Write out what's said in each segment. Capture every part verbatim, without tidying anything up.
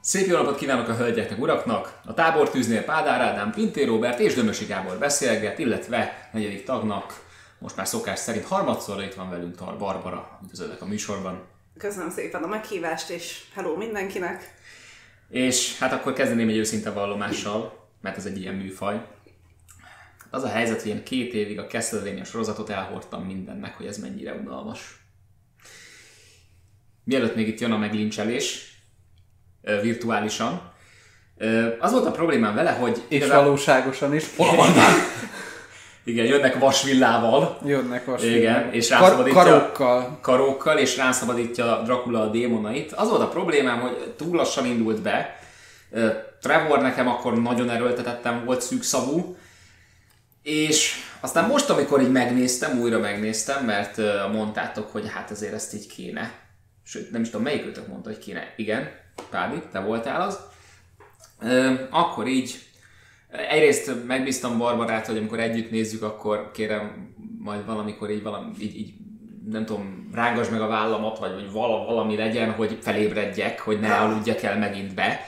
Szép jó napot kívánok a hölgyeknek, uraknak! A tábortűznél Pádár Ádám, Pintér Róbert és Dömösi Gábor beszélget, illetve negyedik tagnak, most már szokás szerint harmadszorra itt van velünk Barbara, üdvözöllek a műsorban. Köszönöm szépen a meghívást, és hello mindenkinek! És hát akkor kezdeném egy őszinte vallomással, mert ez egy ilyen műfaj. Az a helyzet, hogy én két évig a Castlevania sorozatot elhordtam mindennek, hogy ez mennyire unalmas. Mielőtt még itt jön a meglincselés, virtuálisan. Az volt a problémám vele, hogy... És igazán... valóságosan is. Hol vannak? Igen, jönnek vasvillával. Jönnek vasvillával. Igen, és rászabadítja... Karókkal. Karókkal, és rászabadítja Dracula a démonait. Az volt a problémám, hogy túl lassan indult be. Trevor nekem akkor nagyon erőltetettem volt, szűkszavú. És aztán most, amikor így megnéztem, újra megnéztem, mert mondtátok, hogy hát azért ezt így kéne. Sőt, nem is tudom, melyikőtök mondta, hogy kéne. Igen, Pádi, te voltál az. Ö, akkor így, egyrészt megbíztam Barbarát, hogy amikor együtt nézzük, akkor kérem majd valamikor így, valami, így, így nem tudom, rángasd meg a vállamat, vagy, vagy valami legyen, hogy felébredjek, hogy ne aludjak el megint be.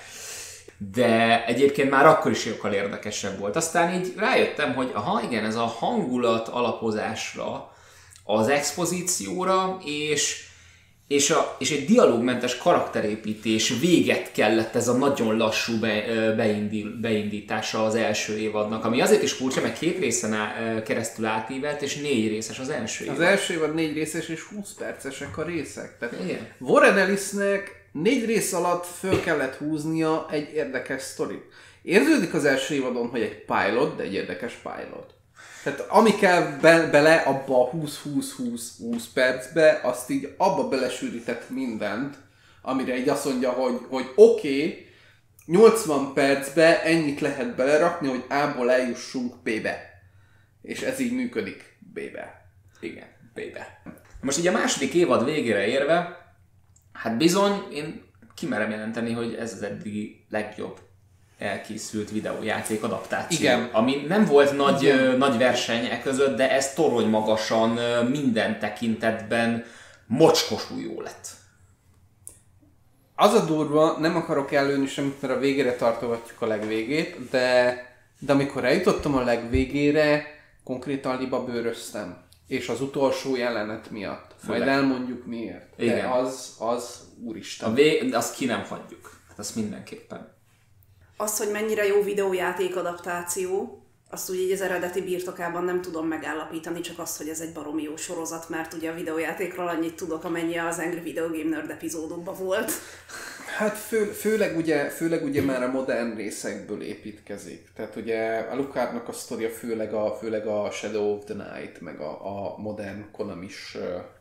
De egyébként már akkor is sokkal érdekesebb volt. Aztán így rájöttem, hogy aha, igen, ez a hangulat alapozásra, az expozícióra, és És, a, és egy dialógmentes karakterépítés véget kellett ez a nagyon lassú be, beindul, beindítása az első évadnak, ami azért is furcsa, mert két részen á, keresztül átívelt, és négy részes az első évad. Az első évad négy részes és húsz percesek a részek. Tehát igen. Warren Ellisnek négy rész alatt föl kellett húznia egy érdekes sztorit. Érződik az első évadon, hogy egy pilot, de egy érdekes pilot. Tehát ami kell be, bele abba a húsz-húsz-húsz-húsz percbe, azt így abba belesűrített mindent, amire így azt mondja, hogy, hogy oké, okay, nyolcvan percbe ennyit lehet belerakni, hogy A-ból eljussunk B-be. És ez így működik B-be. Igen, B-be. Most így a második évad végére érve, hát bizony én kimerem jelenteni, hogy ez az eddigi legjobb elkészült videójáték adaptáció. Igen. Ami nem volt nagy, ö, nagy verseny e között, de ez torony magasan ö, minden tekintetben mocskosul jó lett. Az a durva, nem akarok előni semmit, mert a végére tartogatjuk a legvégét, de, de amikor eljutottam a legvégére, konkrétan liba bőröztem. És az utolsó jelenet miatt. Főleg. Majd elmondjuk miért. Igen. De az, az úristen. A vég, azt ki nem hagyjuk. Hát azt mindenképpen. Az, hogy mennyire jó videójáték adaptáció, azt úgy így az eredeti birtokában nem tudom megállapítani, csak azt, hogy ez egy baromi jó sorozat, mert ugye a videójátékról annyit tudok, amennyi az Angry Video Game Nerd epizódokban volt. Hát fő, főleg, ugye, főleg ugye már a modern részekből építkezik. Tehát ugye a Lucardnak a sztoria főleg a, főleg a Shadow of the Night, meg a, a modern Konami-s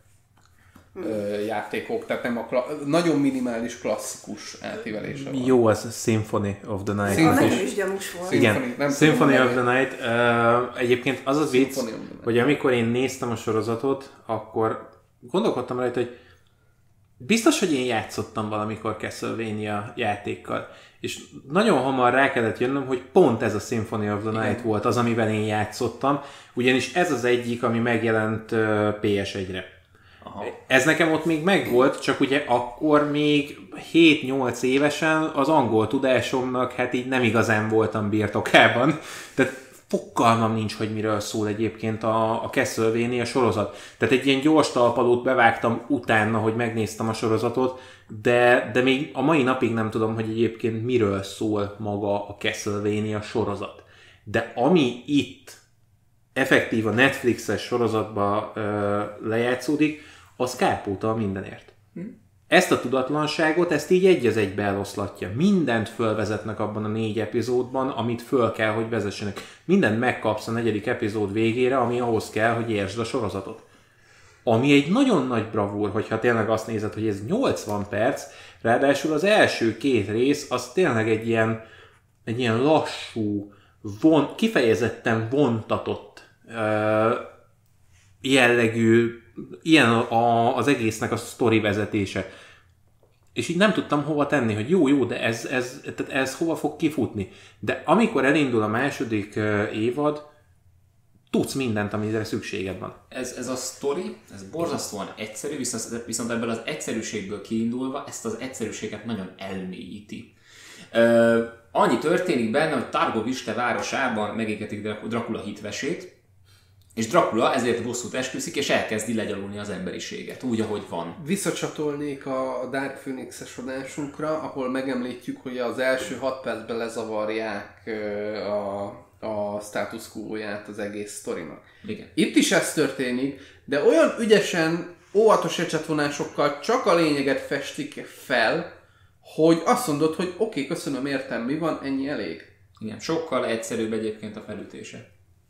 Hmm. játékok, tehát nem a kla- nagyon minimális klasszikus átívelése van. Jó, az Symphony of the Night. Symphony. Nekem is gyanús volt. Igen, Symphony, nem Symphony of the Night. Uh, egyébként az az vicc, Night. hogy amikor én néztem a sorozatot, akkor gondolkodtam rajta, hogy biztos, hogy én játszottam valamikor Castlevania játékkal. És nagyon hamar rá kellett jönnöm, hogy pont ez a Symphony of the Night Igen. volt az, amivel én játszottam. Ugyanis ez az egyik, ami megjelent uh, pé es egyre. Aha. Ez nekem ott még megvolt, csak ugye akkor még hét-nyolc évesen az angol tudásomnak hát így nem igazán voltam birtokában. Tehát fogalmam nincs, hogy miről szól egyébként a, a Castlevania sorozat. Tehát egy ilyen gyors talpalót bevágtam utána, hogy megnéztem a sorozatot, de, de még a mai napig nem tudom, hogy egyébként miről szól maga a Castlevania sorozat. De ami itt effektív a Netflixes sorozatba ö, lejátszódik, az kárpóta mindenért. Hm? Ezt a tudatlanságot, ezt így egy az egybe eloszlatja. Mindent fölvezetnek abban a négy epizódban, amit föl kell, hogy vezessenek. Mindent megkapsz a negyedik epizód végére, ami ahhoz kell, hogy értsd a sorozatot. Ami egy nagyon nagy bravúr, hogyha tényleg azt nézed, hogy ez nyolcvan perc, ráadásul az első két rész, az tényleg egy ilyen, egy ilyen lassú, von, kifejezetten vontatott uh, jellegű, ilyen a, az egésznek a sztori vezetése. És így nem tudtam hova tenni, hogy jó, jó, de ez, ez, tehát ez hova fog kifutni. De amikor elindul a második uh, évad, tudsz mindent, amire szükséged van. Ez, ez a sztori, ez borzasztóan egyszerű, viszont, viszont ebből az egyszerűségből kiindulva ezt az egyszerűséget nagyon elmélyíti. Uh, annyi történik benne, hogy Targoviste városában megégetik Dracula hitvesét, és Dracula ezért bosszút esküszik, és elkezdi legyalulni az emberiséget, úgy, ahogy van. Visszacsatolnék a Dark Phoenix-es adásunkra, ahol megemlítjük, hogy az első hat percben lezavarják a, a status quo-ját az egész sztorinak. Igen. Itt is ez történik, de olyan ügyesen, óvatos ecsetvonásokkal csak a lényeget festik fel, hogy azt mondod, hogy oké, okay, köszönöm, értem, mi van, ennyi elég. Igen, sokkal egyszerűbb egyébként a felütése.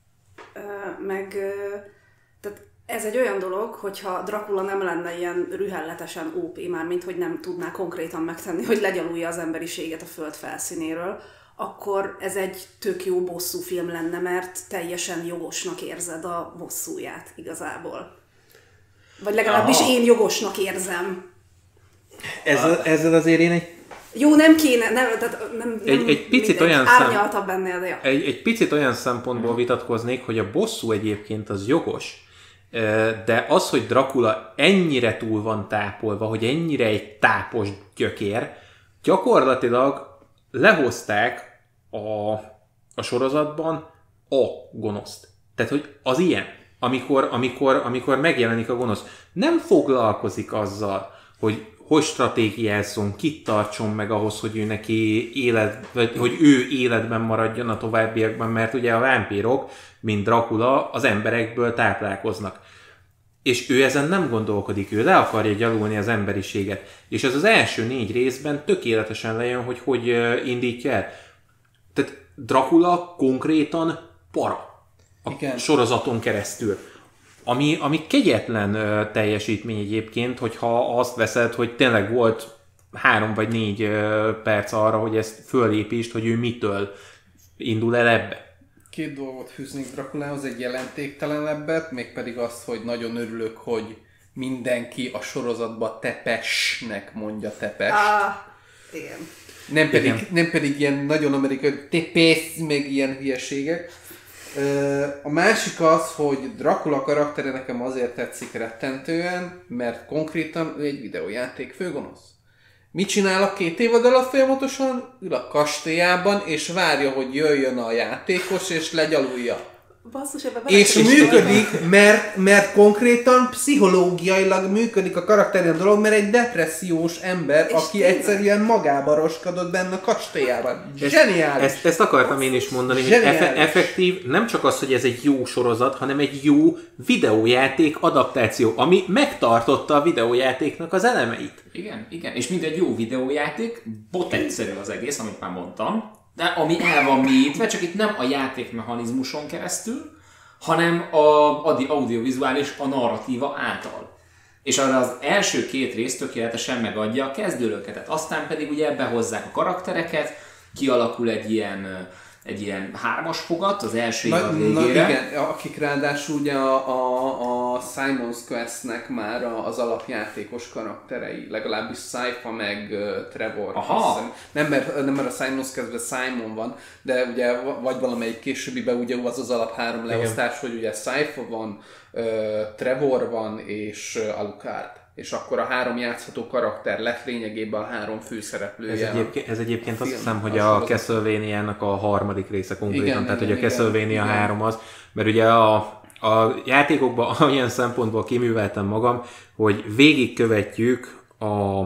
Uh, meg uh, tehát ez egy olyan dolog, hogyha Dracula nem lenne ilyen rühelletesen ó pé, már mint hogy nem tudná konkrétan megtenni, hogy legyalulja az emberiséget a föld felszínéről, akkor ez egy tök jó bosszúfilm lenne, mert teljesen jogosnak érzed a bosszúját igazából. Vagy legalábbis Aha. én jogosnak érzem. Ezzel, ezzel azért én egy... Jó, nem kéne, nem, tehát nem, egy, nem egy picit olyan árnyaltabb ennél, de ja. egy, egy picit olyan szempontból vitatkoznék, hogy a bosszú egyébként az jogos, de az, hogy Dracula ennyire túl van tápolva, hogy ennyire egy tápos gyökér, gyakorlatilag lehozták a, a sorozatban a gonoszt. Tehát, hogy az ilyen, amikor, amikor, amikor megjelenik a gonosz, nem foglalkozik azzal, hogy hogy stratégiázzon, kit tartson meg ahhoz, hogy ő neki élet, vagy hogy ő életben maradjon a továbbiakban, mert ugye a vámpírok, mint Dracula, az emberekből táplálkoznak. És ő ezen nem gondolkodik, ő le akarja gyalulni az emberiséget. És ez az első négy részben tökéletesen lejön, hogy hogy indítja el. Tehát Dracula konkrétan para a Igen. sorozaton keresztül. Ami, ami kegyetlen uh, teljesítmény egyébként, hogyha azt veszed, hogy tényleg volt három vagy négy uh, perc arra, hogy ezt fölépítsd, hogy ő mitől indul el ebbe. Két dolgot fűznék Draculához, egy jelentéktelenebbet, mégpedig azt, hogy nagyon örülök, hogy mindenki a sorozatban Tepesnek mondja Tepes. Ah, igen. Nem pedig, igen. nem pedig ilyen nagyon amerikai Tepes, meg ilyen hülyeségek. A másik az, hogy Dracula karaktere nekem azért tetszik rettentően, mert konkrétan ő egy videójáték főgonosz. Mit csinál a két évad alatt folyamatosan? Ül a kastélyában, és várja, hogy jöjjön a játékos, és legyalulja. Basszus, ebbe és működik, mert, mert konkrétan pszichológiailag működik a karakterén a dolog, mert egy depressziós ember, és aki tényleg? egyszerűen magába roskadott benne a kastélyában. Zseniális! Ezt, ezt akartam én is mondani, Zseniális. hogy efe, effektív, nem csak az, hogy ez egy jó sorozat, hanem egy jó videójáték adaptáció, ami megtartotta a videójátéknak az elemeit. Igen, igen, és mindegy jó videójáték, bot egyszerű az egész, amit már mondtam, de ami el van mélyítve, csak itt nem a játékmechanizmuson keresztül, hanem a, a audiovizuális, a narratíva által. És arra az első két rész tökéletesen megadja a kezdőlöketet. Aztán pedig ugye behozzák a karaktereket, kialakul egy ilyen, egy ilyen hármas fogat az első évad végére. Na igen, akik ráadásul ugye a, a, a Simon's Quest-nek már az alapjátékos karakterei, legalábbis Sypha meg uh, Trevor. Aha. Nem mert, nem mert a Simon's Quest-ben Simon van, de ugye vagy valamelyik későbbiben ugye az az alap három leosztás, hogy ugye Sypha van, uh, Trevor van és uh, Alucard. És akkor a három játszható karakter lett lényegében a három főszereplője. Ez egyébként, ez egyébként azt hiszem, hogy a, a Castlevania-nak a harmadik része konkrétan, igen, tehát igen, hogy a Castlevania három az, mert ugye a, a játékokban olyan szempontból kiműveltem magam, hogy végigkövetjük a, a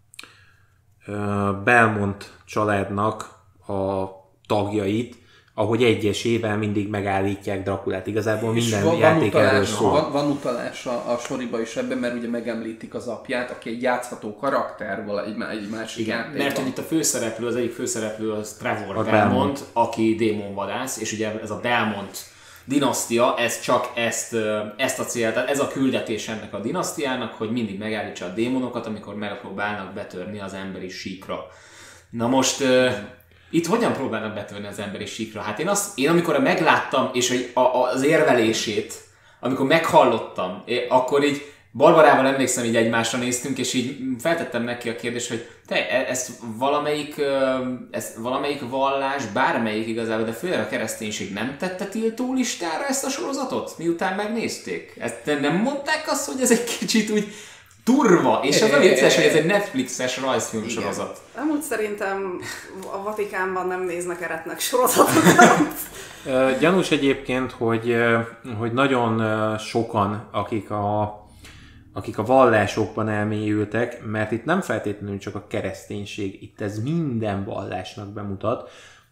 Belmont családnak a tagjait, ahogy egyesével mindig megállítják Draculát. Igazából minden van, játék van erről szól. Van, van utalás a, a soriba is ebben, mert ugye megemlítik az apját, aki egy játszható karakter, egy, egy másik igen, játékban. mert hogy itt a főszereplő, az egyik főszereplő az Trevor Belmont, Belmont, aki démonvadász, és ugye ez a Belmont dinasztia, ez csak ezt, ezt a célt, ez a küldetés ennek a dinasztiának, hogy mindig megállítsa a démonokat, amikor megpróbálnak betörni az emberi síkra. Na most... Itt hogyan próbálnak betörni az emberi síkra? Hát én, azt, én amikor megláttam, és a, a, az érvelését, amikor meghallottam, akkor így Barbarával emlékszem, így egymásra néztünk, és így feltettem neki a kérdést, hogy te, ezt valamelyik, ezt valamelyik vallás, bármelyik igazából, de főleg a kereszténység nem tette tiltó listára ezt a sorozatot, miután megnézték? Ezt nem mondták azt, hogy ez egy kicsit úgy durva, és az a vicces, hogy ez egy Netflixes rajzfilm sorozat. Amúgy szerintem a Vatikánban nem néznek eretnek sorozatokat. Gyanús egyébként, hogy, hogy nagyon sokan, akik a, akik a vallásokban elmélyültek, mert itt nem feltétlenül csak a kereszténység, itt ez minden vallásnak bemutat.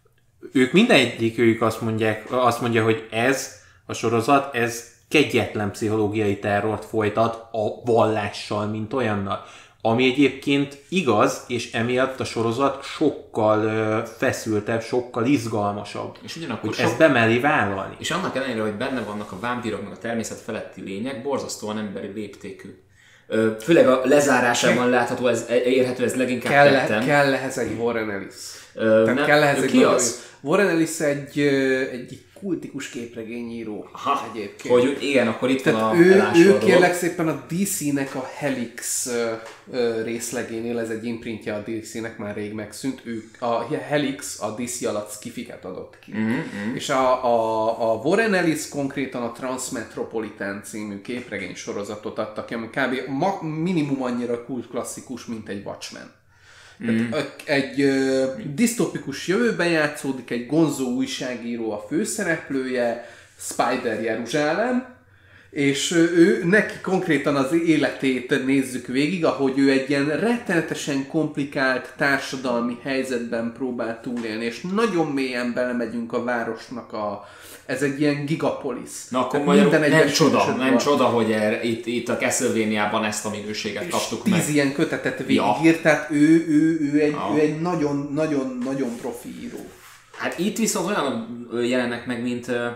Ők mindegyikük azt mondják, azt mondja, hogy ez a sorozat, ez kegyetlen pszichológiai terrort folytat a vallással, mint olyannal. Ami egyébként igaz, és emiatt a sorozat sokkal uh, feszültebb, sokkal izgalmasabb. És ugyanakkor hogy sok... ezt bemeri vállalni. És annak ellenére, hogy benne vannak a vámpírok, meg a természet feletti lények, borzasztóan emberi léptékű. Főleg a lezárásában látható, ez, érhető ez leginkább kell, tetten. Kell ehhez egy Warren Ellis. Ö, Tehát nem, kell ehhez egy ki az? Warren Ellis egy, egy kultikus képregényíró egyébként. Hogy igen, akkor itt Tehát van a ő, ő kérlek dolog. szépen a dé cé-nek a Helix uh, uh, részlegénél, ez egy imprintje a dé cé-nek, már rég megszűnt, ő, a Helix a dé cé alatt skifiket adott ki. Mm-hmm. És a, a, a Warren Ellis konkrétan a Transmetropolitan című képregény sorozatot adta ki, ami kb. Ma, minimum annyira kult klasszikus, mint egy Watchmen. Mm. Egy ö, disztopikus jövőben játszódik, egy gonzó újságíró a főszereplője, Spider Jeruzsálem, és ő, neki konkrétan az életét nézzük végig, ahogy ő egy ilyen rettenetesen komplikált társadalmi helyzetben próbál túlélni, és nagyon mélyen belemegyünk a városnak a... Ez egy ilyen gigapolisz. Na akkor magyarul nem csoda, nem csoda, hogy er, itt, itt a Castlevania-ban ezt a minőséget kaptuk meg. És tíz ilyen kötetet végigírt, ja. Tehát ő, ő, ő egy, ja. ő egy nagyon, nagyon, nagyon profi író. Hát itt viszont olyan jelennek meg, mint uh,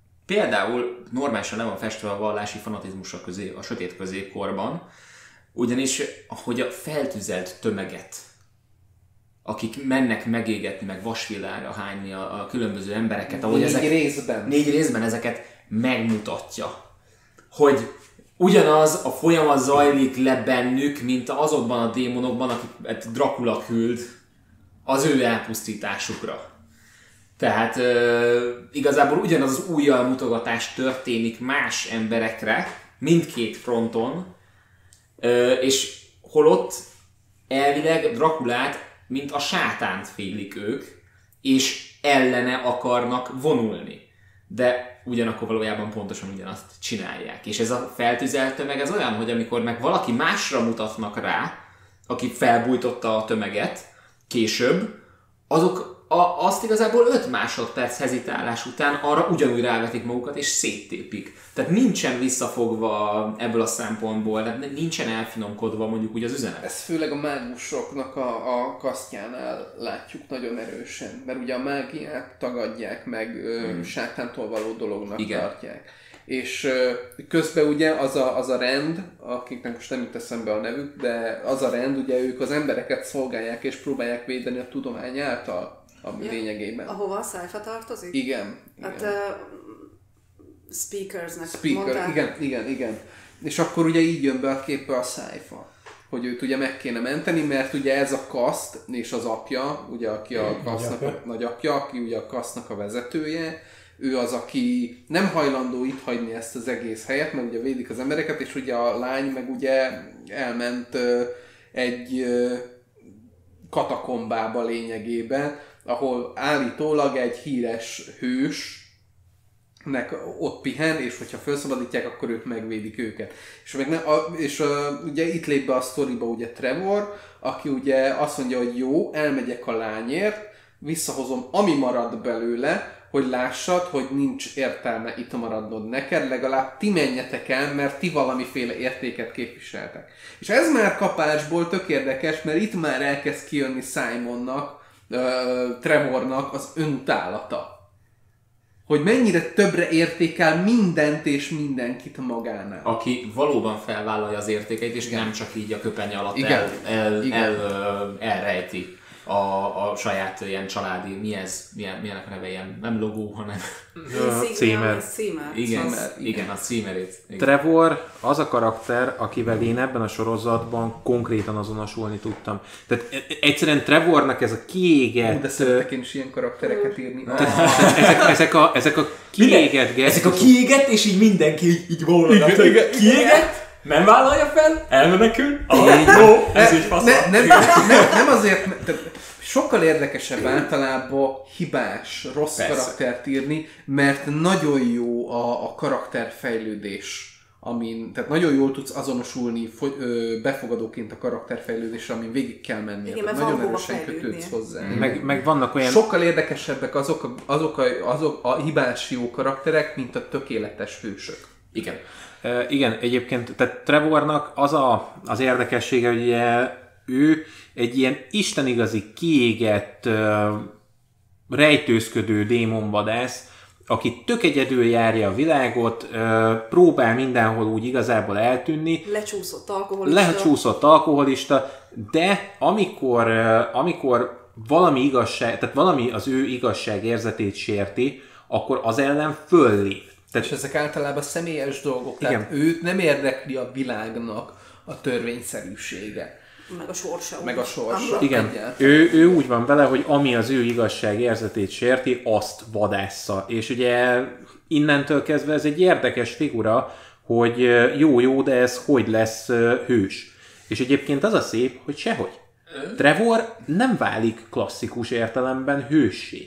például normálisan nem van festve a vallási fanatizmusra közé, a sötét középkorban, ugyanis hogy a feltüzelt tömeget, akik mennek megégetni, meg vasvillára hányni a, a különböző embereket, ahogy négy ezek, részben. négy részben ezeket megmutatja. Hogy ugyanaz a folyamat zajlik le bennük, mint azokban a démonokban, akiket Dracula küld az ő elpusztításukra. Tehát uh, igazából ugyanaz az újjal mutogatás történik más emberekre, mindkét fronton, uh, és holott elvileg Draculát, mint a sátánt félik ők, és ellene akarnak vonulni. De ugyanakkor valójában pontosan ugyanazt csinálják. És ez a feltüzelt tömeg ez olyan, hogy amikor meg valaki másra mutatnak rá, aki felbújtotta a tömeget később, azok a, azt igazából öt másodperc hezitálás után arra ugyanúgy rávetik magukat és széttépik. Tehát nincsen visszafogva ebből a szempontból, de nincsen elfinomkodva mondjuk úgy az üzenet. Ezt főleg a mágusoknak a, a kasztjánál látjuk nagyon erősen, mert ugye a mágiát tagadják meg, hmm. sátántól való dolognak igen. tartják. És közben ugye az a, az a rend, akiknek most nem jut eszembe a nevük, de az a rend, ugye ők az embereket szolgálják és próbálják védeni a tudomány által. A ja, lényegében. Ahova a szájfa tartozik? Igen. Hát igen. Uh, speakersnek Speaker, mondták. igen, igen, igen. És akkor ugye így jön be a képbe a szájfa. Hogy őt ugye meg kéne menteni, mert ugye ez a kaszt és az apja, ugye aki a kasznak a nagyapja, aki ugye a kasznak a vezetője, ő az, aki nem hajlandó itt hagyni ezt az egész helyet, mert ugye védik az embereket, és ugye a lány meg ugye elment uh, egy uh, katakombába lényegében, ahol állítólag egy híres hősnek ott pihen, és hogyha felszabadítják, akkor ők megvédik őket. És, meg ne, a, és a, ugye itt lép be a sztoriba ugye Trevor, aki ugye azt mondja, hogy jó, elmegyek a lányért, visszahozom, ami marad belőle, hogy lássad, hogy nincs értelme itt maradnod neked, legalább ti menjetek el, mert ti valamiféle értéket képviseltek. És ez már kapásból tök érdekes, mert itt már elkezd kijönni Simonnak, Uh, Trevornak az öntálata. Hogy mennyire többre értékel mindent és mindenkit magánál. Aki valóban felvállalja az értékeit, és igen. nem csak így a köpenye alatt igen. el, el, igen. el, el, elrejti a, a saját ilyen családi, mi ez, milyen, milyenek a neve, ilyen, nem logó, hanem címer. Igen, címer. igen, a címerét. Igen. Trevor az a karakter, akivel én ebben a sorozatban konkrétan azonosulni tudtam. Tehát egyszerűen Trevornak ez a kiégett... De szeretek én is ilyen karaktereket írni. ezek, ezek, a, ezek a kiégett... Ezek a kiégett, és így mindenki így, így volna. Kiégett? Nem vállalja fel, elmenekül, ah, jó, ez így faszol. Ne, nem, nem, nem azért, mert sokkal érdekesebb általában hibás, rossz Persze. karaktert írni, mert nagyon jó a, a karakterfejlődés, amin, tehát nagyon jól tudsz azonosulni fogy, ö, befogadóként a karakterfejlődésre, amin végig kell menni. Igen, tehát mert nagyon van hova erősen fejlődnie. kötődsz hozzá. Mm. Meg, meg vannak olyan... Sokkal érdekesebbek azok a, azok, a, azok a hibás jó karakterek, mint a tökéletes hősök. Igen. Uh, igen, egyébként, tehát Trevornak az a, az érdekessége, hogy ugye ő egy ilyen istenigazi kiégett, uh, rejtőzködő démonvadász, aki tök egyedül járja a világot, uh, próbál mindenhol úgy igazából eltűnni. Lecsúszott alkoholista. Lecsúszott alkoholista, de amikor, uh, amikor valami igazság, tehát valami az ő igazságérzetét sérti, akkor az ellen föllép. És ezek általában személyes dolgok, Igen. tehát őt nem érdekli a világnak a törvényszerűsége. Meg a sorsa. Meg a sorsa. Igen, Egyáltalán. ő, ő úgy van vele, hogy ami az ő igazság érzetét sérti, azt vadásza. És ugye innentől kezdve ez egy érdekes figura, hogy jó-jó, de ez hogy lesz hős. És egyébként az a szép, hogy sehogy. Trevor nem válik klasszikus értelemben hőssé.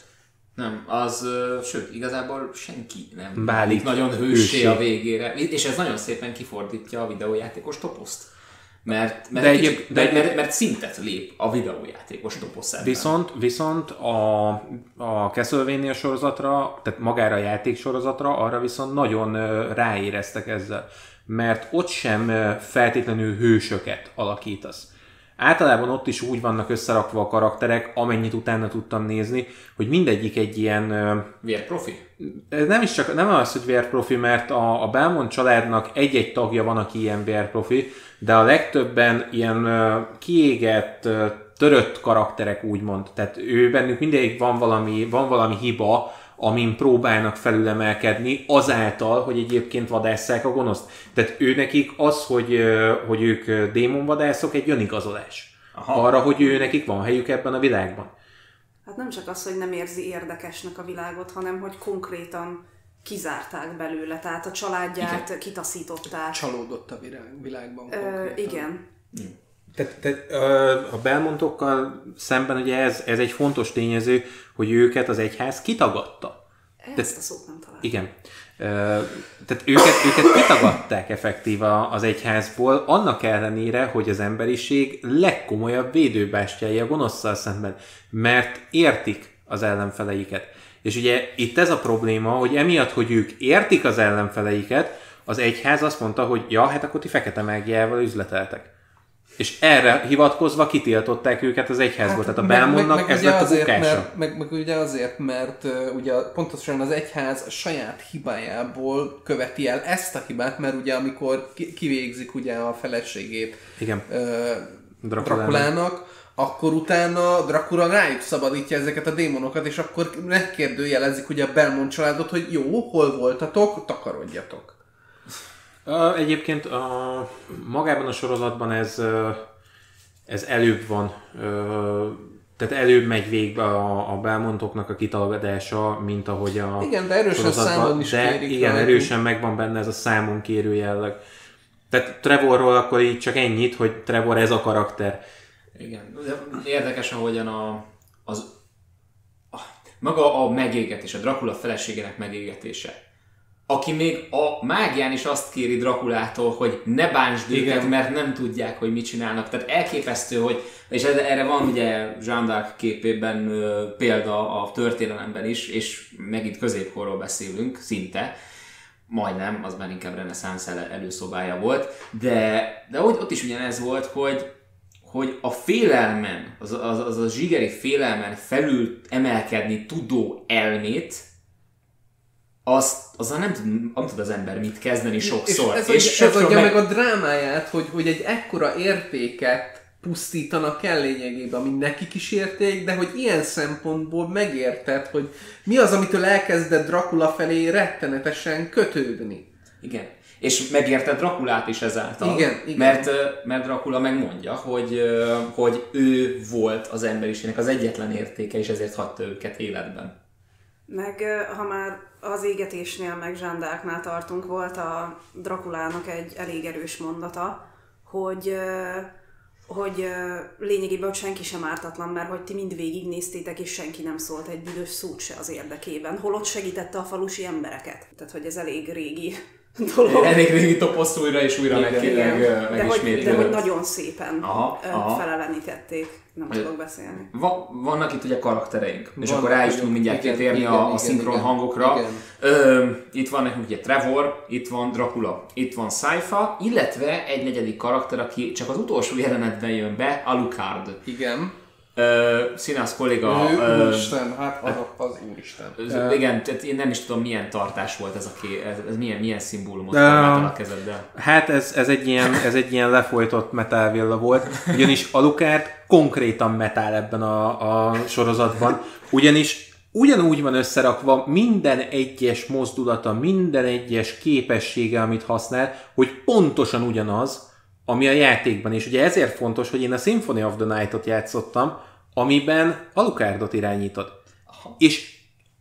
Nem, az, ö, sőt, igazából senki nem Válik válik nagyon hőssé hőssé. a végére. És ez nagyon szépen kifordítja a videójátékos toposzt. Mert, mert, De egy egyéb- kicsit, de- mert, mert, mert szintet lép a videójátékos toposz szemben. Viszont, viszont a, a Castlevania sorozatra, tehát magára a játék sorozatra, arra viszont nagyon ö, ráéreztek ezzel. Mert ott sem ö, feltétlenül hősöket alakítasz. Általában ott is úgy vannak összerakva a karakterek, amennyit utána tudtam nézni, hogy mindegyik egy ilyen... ö, Vérprofi? Ez nem is csak, nem az, hogy vérprofi, mert a, a Belmont családnak egy-egy tagja van, aki ilyen vérprofi, de a legtöbben ilyen uh, kiégett, uh, törött karakterek úgymond. Tehát ő bennük mindig van valami, van valami hiba, amin próbálnak felülemelkedni, azáltal, hogy egyébként vadásszák a gonoszt. Tehát ő nekik az, hogy, uh, hogy ők démonvadászok, egy önigazolás. Aha. Arra, hogy ő nekik van helyük ebben a világban. Hát nem csak az, hogy nem érzi érdekesnek a világot, hanem hogy konkrétan kizárták belőle, tehát a családját igen. kitaszították. Csalódott a világ, világban. Ö, igen. Tehát, tehát a Belmontokkal szemben ugye ez, ez egy fontos tényező, hogy őket az egyház kitagadta. Ezt Tehát, a szót nem találtam. igen. Tehát őket, őket kitagadták effektív az egyházból, annak ellenére, hogy az emberiség legkomolyabb védőbástyái a gonoszszal szemben, mert értik az ellenfeleiket. És ugye itt ez a probléma, hogy emiatt, hogy ők értik az ellenfeleiket, az egyház azt mondta, hogy ja, hát akkor ti fekete mágiával üzleteltek. És erre hivatkozva kitiltották őket az egyházból. Hát, tehát a Belmontnak ez lett a bukása. Mert, meg, meg ugye azért, mert uh, ugye pontosan az egyház saját hibájából követi el ezt a hibát, mert ugye amikor ki, kivégzik ugye a feleségét Igen. Uh, Drakulának. Drakulának, akkor utána Dracula rájuk szabadítja ezeket a démonokat, és akkor megkérdőjelezik ugye a Belmont családot, hogy jó, hol voltatok, takarodjatok. Uh, egyébként a, magában a sorozatban ez, uh, ez előbb van, uh, tehát előbb megy végbe a, a Belmontoknak a kitagadása, mint ahogy a igen, de erősen számon is de kérik igen, rajtunk. erősen megvan benne ez a számon kérő jelleg. Tehát Trevorról akkor így csak ennyit, hogy Trevor ez a karakter. Igen, de érdekes, ahogyan a, az, a, maga a megégetés, a Dracula feleségének megégetése. Aki még a mágián is azt kéri Drakulától, hogy ne bántsd őket, mert nem tudják, hogy mit csinálnak. Tehát elképesztő, hogy, és erre van ugye Jeanne d'Arc képében ö, példa a történelemben is, és megint középkorról beszélünk, szinte. Majdnem, az már inkább reneszánsz előszobája volt, de, de ott, ott is ugyanez volt, hogy hogy a félelmen, az, az, az a zsigeri félelmen felül emelkedni tudó elmét, azt, azzal nem tud, nem tud az ember mit kezdeni sokszor. És ez, és adja, ez adja meg... meg a drámáját, hogy, hogy egy ekkora értéket pusztítanak el lényegében, ami nekik is érték, de hogy ilyen szempontból megérted, hogy mi az, amitől elkezdett Dracula felé rettenetesen kötődni. Igen. És megérted Drakulát is ezáltal. Igen, igen. Mert, mert Dracula megmondja, hogy, hogy ő volt az emberiségnek az egyetlen értéke, és ezért hagyta őket életben. Meg ha már az égetésnél, meg Zsándárknál tartunk, volt a Drakulának egy elég erős mondata, hogy, hogy lényegében senki sem ártatlan, mert hogy ti mind végignéztétek, és senki nem szólt egy büdös szót se az érdekében. Holott segítette a falusi embereket. Tehát, hogy ez elég régi dolog. Elég régi toposzt újra és újra meg, meg, de, hogy, de hogy nagyon szépen aha, aha. felelenítették. Nem hogy tudok beszélni. Va, vannak itt ugye karaktereink, van, és akkor rá is tudunk mindjárt kitérni a, igen, a szinkron igen, hangokra. Igen. Ö, itt van nekünk ugye Trevor, itt van Dracula, itt van Sypha, illetve egy negyedik karakter, aki csak az utolsó jelenetben jön be, Alucard. Igen. Ö, színász kolléga... Ő, úristen, hát az, az úristen. Ö, igen, tehát én nem is tudom milyen tartás volt ez, a ké, ez, ez milyen, milyen szimbólumot formáltál a kezeddel. Hát ez, ez, egy ilyen, ez egy ilyen lefolytott metálvilla volt, ugyanis Alucard konkrétan metál ebben a, a sorozatban, ugyanis ugyanúgy van összerakva minden egyes mozdulata, minden egyes képessége, amit használ, hogy pontosan ugyanaz, ami a játékban, és ugye ezért fontos, hogy én a Symphony of the Night-ot játszottam, amiben Alucardot irányított. Aha. És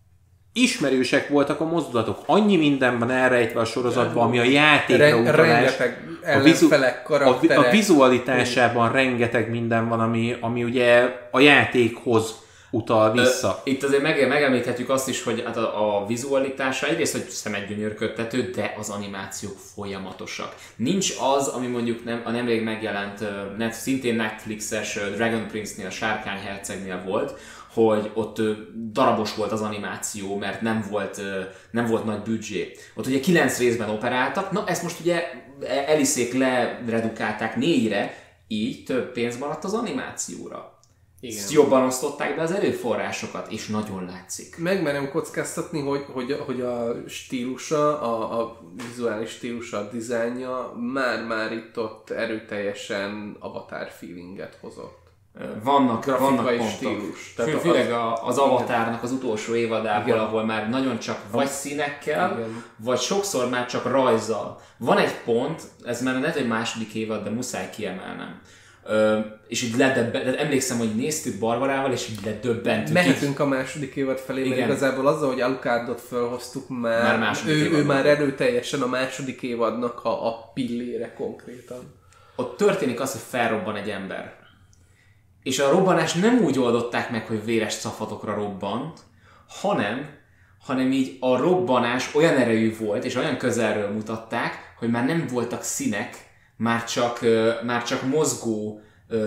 ismerősek voltak a mozdulatok. Annyi mindenben elrejtve a sorozatban, ami a játékra Ren- utalás. Rengeteg ellenfelek, karakterek. A, a vizualitásában rengeteg minden van, ami, ami ugye a játékhoz utal vissza. Itt azért meg, megemlíthetjük azt is, hogy hát a, a vizualitása egyrészt, hogy szemedgyönyörködtető, de az animációk folyamatosak. Nincs az, ami mondjuk nem, a nemrég megjelent, net, szintén Netflixes Dragon Prince-nél, a Sárkány hercegnél volt, hogy ott darabos volt az animáció, mert nem volt, nem volt nagy büdzsé. Ott ugye kilenc részben operáltak, na ezt most ugye Eliszék leredukálták négyre, így több pénz maradt az animációra. Igen. Jobban osztották be az erőforrásokat, és nagyon látszik. Megmerem kockáztatni, hogy, hogy, hogy a stílusa, a, a vizuális stílusa, a dizájnja már-már itt ott erőteljesen Avatar feelinget hozott. Vannak, vannak pontok. Fő, főleg az, az Avatarnak az utolsó évadából, igen. ahol már nagyon csak vagy színekkel, igen. vagy sokszor már csak rajzzal. Van egy pont, ez már nem egy második évad, de muszáj kiemelnem. Ö, és így ledöbbent, emlékszem, hogy néztük Barbarával, és így ledöbbentünk. Mehetünk így a második évad felé, mert igazából azzal, hogy Alucardot felhoztuk, már, már ő, ő már erőteljesen a második évadnak a, a pillére konkrétan. Ott történik az, hogy felrobban egy ember. És a robbanás nem úgy oldották meg, hogy véres cafatokra robbant, hanem, hanem így a robbanás olyan erejű volt, és olyan közelről mutatták, hogy már nem voltak színek, már csak, már csak mozgó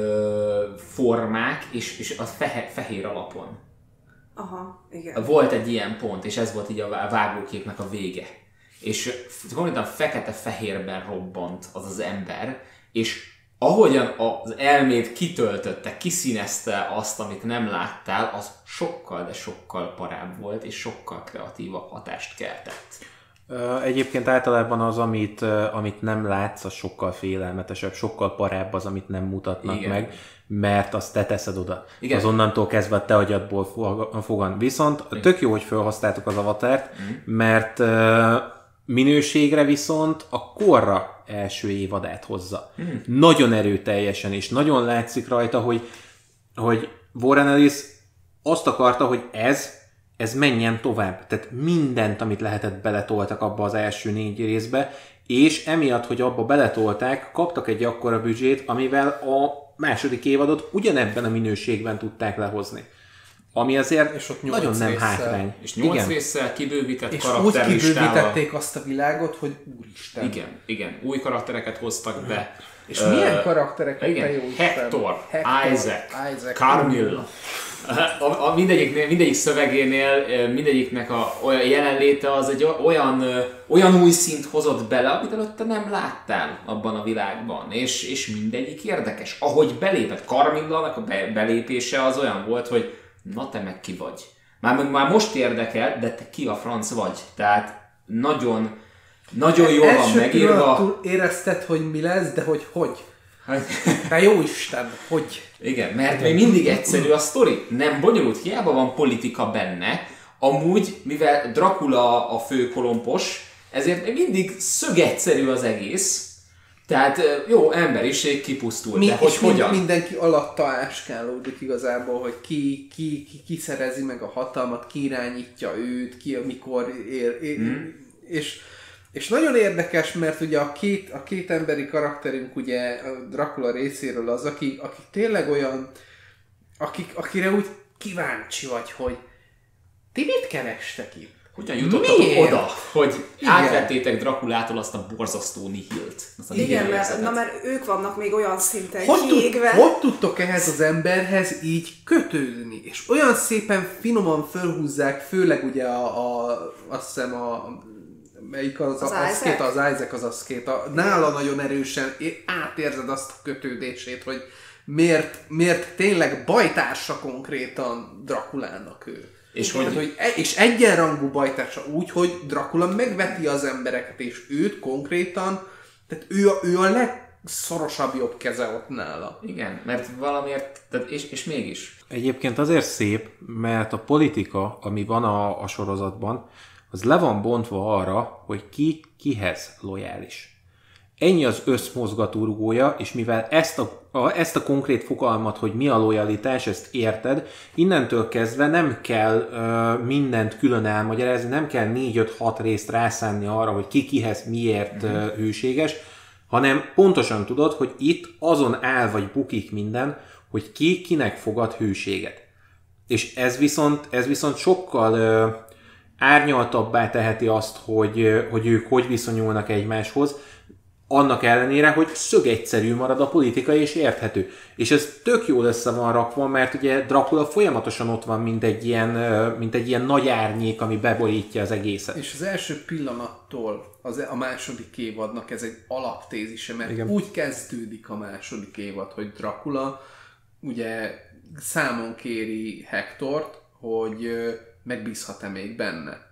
formák, és, és a fehe, fehér alapon. Aha, igen. Volt egy ilyen pont, és ez volt így a vágóképnek a vége. És konkrétan fekete-fehérben robbant az az ember, és ahogyan az elméd kitöltötte, kiszínezte azt, amit nem láttál, az sokkal, de sokkal parább volt, és sokkal kreatívabb hatást keltett. Egyébként általában az, amit, amit nem látsz, az sokkal félelmetesebb, sokkal parább az, amit nem mutatnak igen. meg, mert azt te teszed oda. Igen. Az onnantól kezdve a te agyadból fogan. Viszont igen. tök jó, hogy felhasználtuk az Avatart, mm. mert minőségre viszont a korra első évadát hozza. Mm. Nagyon erőteljesen, és nagyon látszik rajta, hogy, hogy Warren Ellis azt akarta, hogy ez ez menjen tovább. Tehát mindent, amit lehetett, beletoltak abba az első négy részbe, és emiatt, hogy abba beletolták, kaptak egy akkora büdzsét, amivel a második évadot ugyanebben a minőségben tudták lehozni. Ami azért és ott nagyon nem résszel. hátrány. És nyolc igen. résszel kibővített és karakterlistával. És úgy kibővítették azt a világot, hogy úristen. Igen, igen. Új karaktereket hoztak be. És uh, milyen karaktereket? Igen. Jó Hector, Hector, Isaac, Isaac Carmilla. A, a mindegyik, mindegyik szövegénél, mindegyiknek a, a jelenléte az egy olyan, olyan új szint hozott bele, amit előtte nem láttál abban a világban, és, és mindegyik érdekes. Ahogy belépett, Carmillának a be, belépése az olyan volt, hogy na te meg ki vagy. Már, már most érdekel, de te ki a franc vagy. Tehát nagyon, nagyon jól van megírva. Érezted, hogy mi lesz, de hogy hogy? Hát jó Isten, hogy? Igen, mert még mindig egyszerű a sztori, nem bonyolult, hiába van politika benne. Amúgy, mivel Dracula a fő kolompos, ezért még mindig szögegyszerű az egész, Tehát jó, emberiség kipusztul, Mi, de hogy és hogyan? Mindenki alatta áskálódik igazából, hogy ki, ki, ki, ki szerezi meg a hatalmat, ki irányítja őt, ki amikor ér, ér hmm. és, és nagyon érdekes, mert ugye a két, a két emberi karakterünk ugye a Dracula részéről az, aki, aki tényleg olyan, akik, akire úgy kíváncsi vagy, hogy ti mit kerestek itt? Hogyan jutottatok Miért? oda, hogy igen. átvettétek Drakulától azt a borzasztó nihilt? A igen, mert, na mert ők vannak még olyan szinten hogy kiégve. Tud, hogy tudtok ehhez az emberhez így kötődni? És olyan szépen finoman fölhúzzák, főleg ugye a, a azt hiszem a melyik az, az, az Isaac, az Isaac az aszkéta. Nála nagyon erősen átérzed azt a kötődését, hogy miért, miért tényleg bajtársa konkrétan Drakulának ő. És, hogy, hogy, és egyenrangú bajtársa úgy, hogy Dracula megveti az embereket, és őt konkrétan, tehát ő a, ő a legszorosabb jobb keze ott nála. Igen, mert valamiért, tehát és, és mégis. Egyébként azért szép, mert a politika, ami van a, a sorozatban, az le van bontva arra, hogy ki kihez lojális. Ennyi az összmozgatórugója, és mivel ezt a, a, ezt a konkrét fogalmat, hogy mi a lojalitás, ezt érted, innentől kezdve nem kell uh, mindent külön elmagyarázni, nem kell négy-öt-hat részt rászánni arra, hogy ki kihez miért uh, hőséges, hanem pontosan tudod, hogy itt azon áll vagy bukik minden, hogy ki kinek fogad hőséget. És ez viszont, ez viszont sokkal uh, árnyaltabbá teheti azt, hogy, uh, hogy ők hogy viszonyulnak egymáshoz, annak ellenére, hogy szögegyszerű marad a politika és érthető. És ez tök jól össze van rakva, mert ugye Dracula folyamatosan ott van, mint egy ilyen, mint egy ilyen nagy árnyék, ami beborítja az egészet. És az első pillanattól az, a második évadnak ez egy alaptézise, mert igen. Úgy kezdődik a második évad, hogy Dracula ugye számon kéri Hektort, hogy megbízhat-e még benne.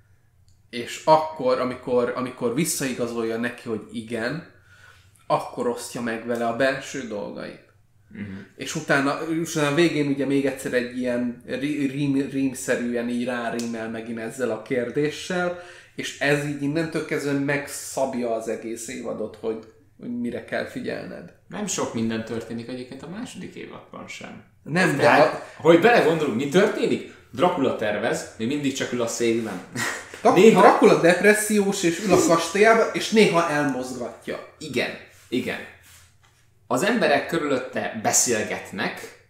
És akkor, amikor, amikor visszaigazolja neki, hogy igen, akkor osztja meg vele a belső dolgait. Uh-huh. És utána, utána a végén ugye még egyszer egy ilyen rím, rímszerűen így rárímel megint ezzel a kérdéssel, és ez így innentől kezdve megszabja az egész évadot, hogy, hogy mire kell figyelned. Nem sok minden történik egyébként a második évadban sem. Nem, de... Tehát, a... hogy belegondolunk, mi történik? Dracula tervez, még mindig csak ül a szélben. Néha... Dracula depressziós, és ül a kastélyában, és néha elmozgatja. Igen, igen. Az emberek körülötte beszélgetnek,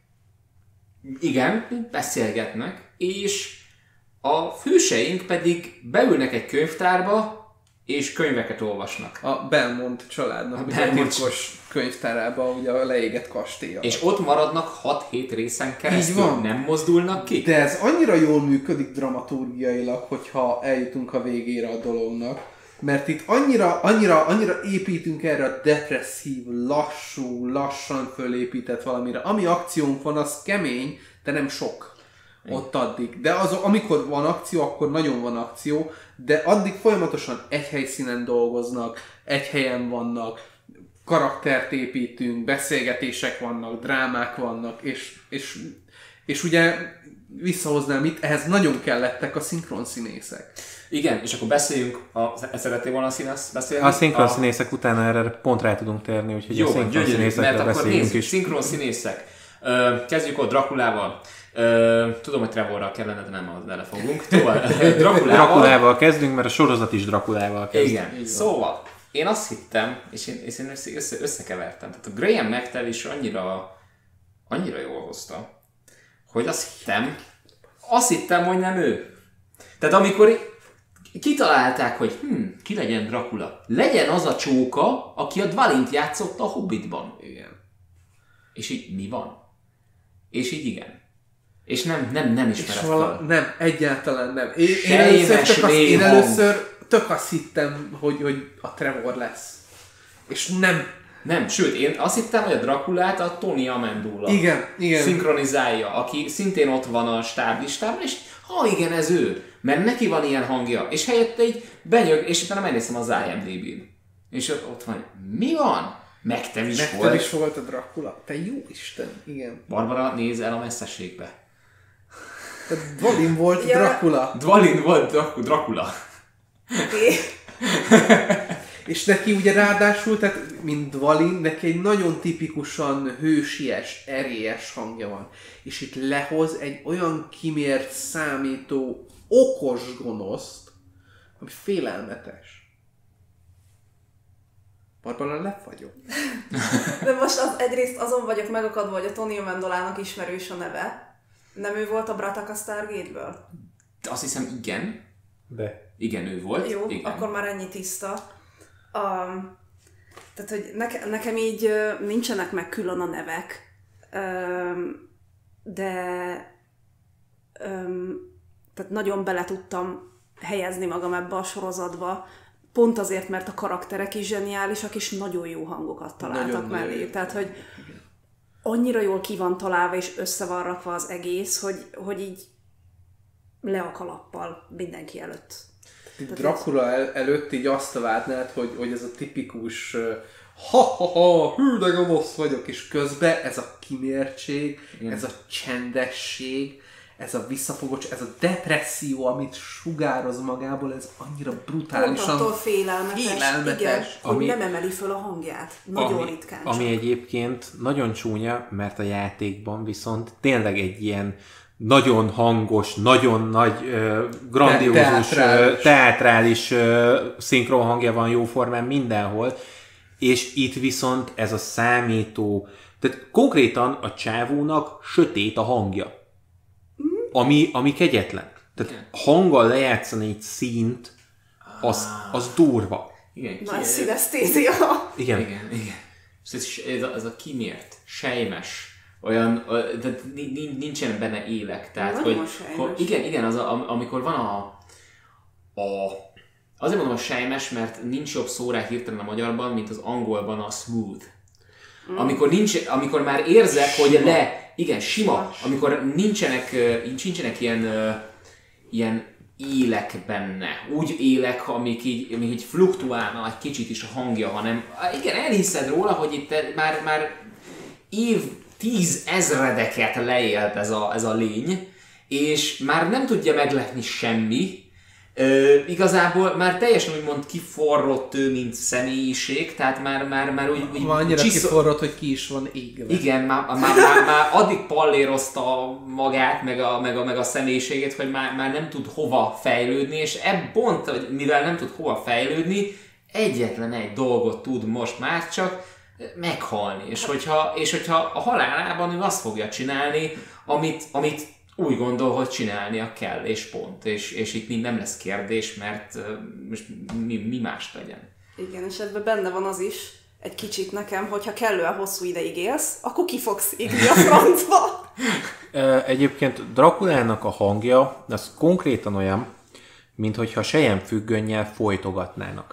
igen, beszélgetnek, és a főseink pedig beülnek egy könyvtárba, és könyveket olvasnak. A Belmont családnak, a Belmont könyvtárába, ugye a leégett kastélya. És ott maradnak hat-hét részen keresztül, nem mozdulnak ki. De ez annyira jól működik dramaturgiailag, hogyha eljutunk a végére a dolognak, mert itt annyira, annyira, annyira építünk erre a depresszív, lassú, lassan fölépített valamire. Ami akciónk van, az kemény, de nem sok. Ott addig. De az, amikor van akció, akkor nagyon van akció, de addig folyamatosan egy helyszínen dolgoznak, egy helyen vannak, karaktert építünk, beszélgetések vannak, drámák vannak, és, és, és ugye visszahoznám itt, ehhez nagyon kellettek a szinkronszínészek. Igen, és akkor beszéljünk, a, szeretnél volna a színész beszélni? A szinkronszínészek a... után erre pont rá tudunk térni, úgyhogy jó, a szinkronszínészekről beszéljünk is. Szinkronszínészek. Kezdjük ott Drakulával. Uh, tudom, hogy Trevorral kellene, de nem vele fogunk. Tovább. Drakulával. Drakulával kezdünk, mert a sorozat is Drakulával kezd. Igen. Szóval, én azt hittem, és én, és én össze, össze, összekevertem. Tehát a Graham McTell is annyira, annyira jól hozta, hogy azt hittem, azt hittem, hogy nem ő. Tehát amikor kitalálták, hogy hm, ki legyen Dracula, legyen az a csóka, aki a Dvalint játszotta a Hobbitban. Igen. És így mi van? És így igen. És nem, nem, nem ismered fel. Nem, egyáltalán nem. Én, én, először, tök azt, én először tök azt hittem, hogy, hogy a Trevor lesz. És nem. Nem, sőt, én azt hittem, hogy a Drakulát a Tony Amendola igen, igen. szinkronizálja, aki szintén ott van a stáblistában, és ha igen, ez ő, mert neki van ilyen hangja, és helyette így benyög, és utána megnézem az I M D B-n. És ott van, mi van? Megtem is Megtem volt. is volt a Dracula. Te jó Isten, igen. Barbara, nézz el a messzeségbe. Dvalin volt ja. Dracula. Dvalin volt Dracula. Okay. És neki ugye ráadásul, tehát mint Dvalin, neki egy nagyon tipikusan hősies, erélyes hangja van. És itt lehoz egy olyan kimért, számító, okos gonoszt, ami félelmetes. Barbara, lefagyok. De most az, egyrészt azon vagyok megakadva, hogy a Tony Amendolának ismerős a neve. Nem ő volt a Bratak a Stargate-ből? Azt hiszem igen. De. Igen, ő volt. Jó, igen. akkor már ennyi tiszta. Um, tehát, hogy neke, nekem így uh, nincsenek meg külön a nevek, um, de um, tehát nagyon bele tudtam helyezni magam ebbe a sorozatba, pont azért, mert a karakterek is zseniálisak, és nagyon jó hangokat találtak nagyon mellé. jó. Tehát, hogy annyira jól ki van találva, és össze van rakva az egész, hogy, hogy így le a kalappal mindenki előtt. Dracula el, előtt így azt várnád, hogy, hogy ez a tipikus ha-ha-ha, hű de gonosz vagyok, és közben ez a kimértség, igen. Ez a csendesség, ez a visszafogott, ez a depresszió, amit sugároz magából, ez annyira brutálisan pont attól félelmetes, félelmetes igen, ami, hogy nem emeli föl a hangját. Nagyon ami, ritkán Ami csak. egyébként nagyon csúnya, mert a játékban viszont tényleg egy ilyen nagyon hangos, nagyon nagy, uh, grandiózus, teátrális, uh, teátrális uh, szinkron hangja van jóformán mindenhol, és itt viszont ez a számító, tehát konkrétan a csávónak sötét a hangja, ami, ami kegyetlen. Tehát igen. Hanggal lejátszani egy színt, az, az durva. Igen, na, ez szinesztézia. Igen. Igen, igen. Ez, ez, a, ez a kimért, sejmes, olyan, tehát nincsen benne élek. Tehát, hogy, hogy igen, igen, az a, amikor van a, a azért mondom a sejmes, mert nincs jobb szó rá hirtelen a magyarban, mint az angolban a smooth. Mm. Amikor, nincs, amikor már érzek, sima. Hogy le, igen, sima, sima. Amikor nincsenek, nincsenek ilyen, ilyen élek benne. Úgy élek, amik így, amik így fluktuálna egy kicsit is a hangja, hanem igen, elhiszed róla, hogy itt már, már év tíz ezredeket leélt ez a, ez a lény, és már nem tudja meglepni semmi. Ö, igazából már teljesen úgymond kiforrott ő, mint személyiség, tehát már, már, már úgy... úgy annyira csiszol... kiforrott, hogy ki is van égve. Igen, már, már, már, már addig pallérozta magát, meg a, meg a, meg a személyiségét, hogy már, már nem tud hova fejlődni, és ebb pont, mivel nem tud hova fejlődni, egyetlen egy dolgot tud most már csak meghalni. És hogyha, és hogyha a halálában ő azt fogja csinálni, amit, amit úgy gondol, hogy csinálnia kell, és pont. És, és itt nem lesz kérdés, mert uh, most mi, mi más legyen. Igen, és ebben benne van az is, egy kicsit nekem, hogyha kellően hosszú ideig élsz, akkor ki fogsz égni a francba. Egyébként Draculának a hangja, az konkrétan olyan, mint hogyha selyemfüggönnyel folytogatnának.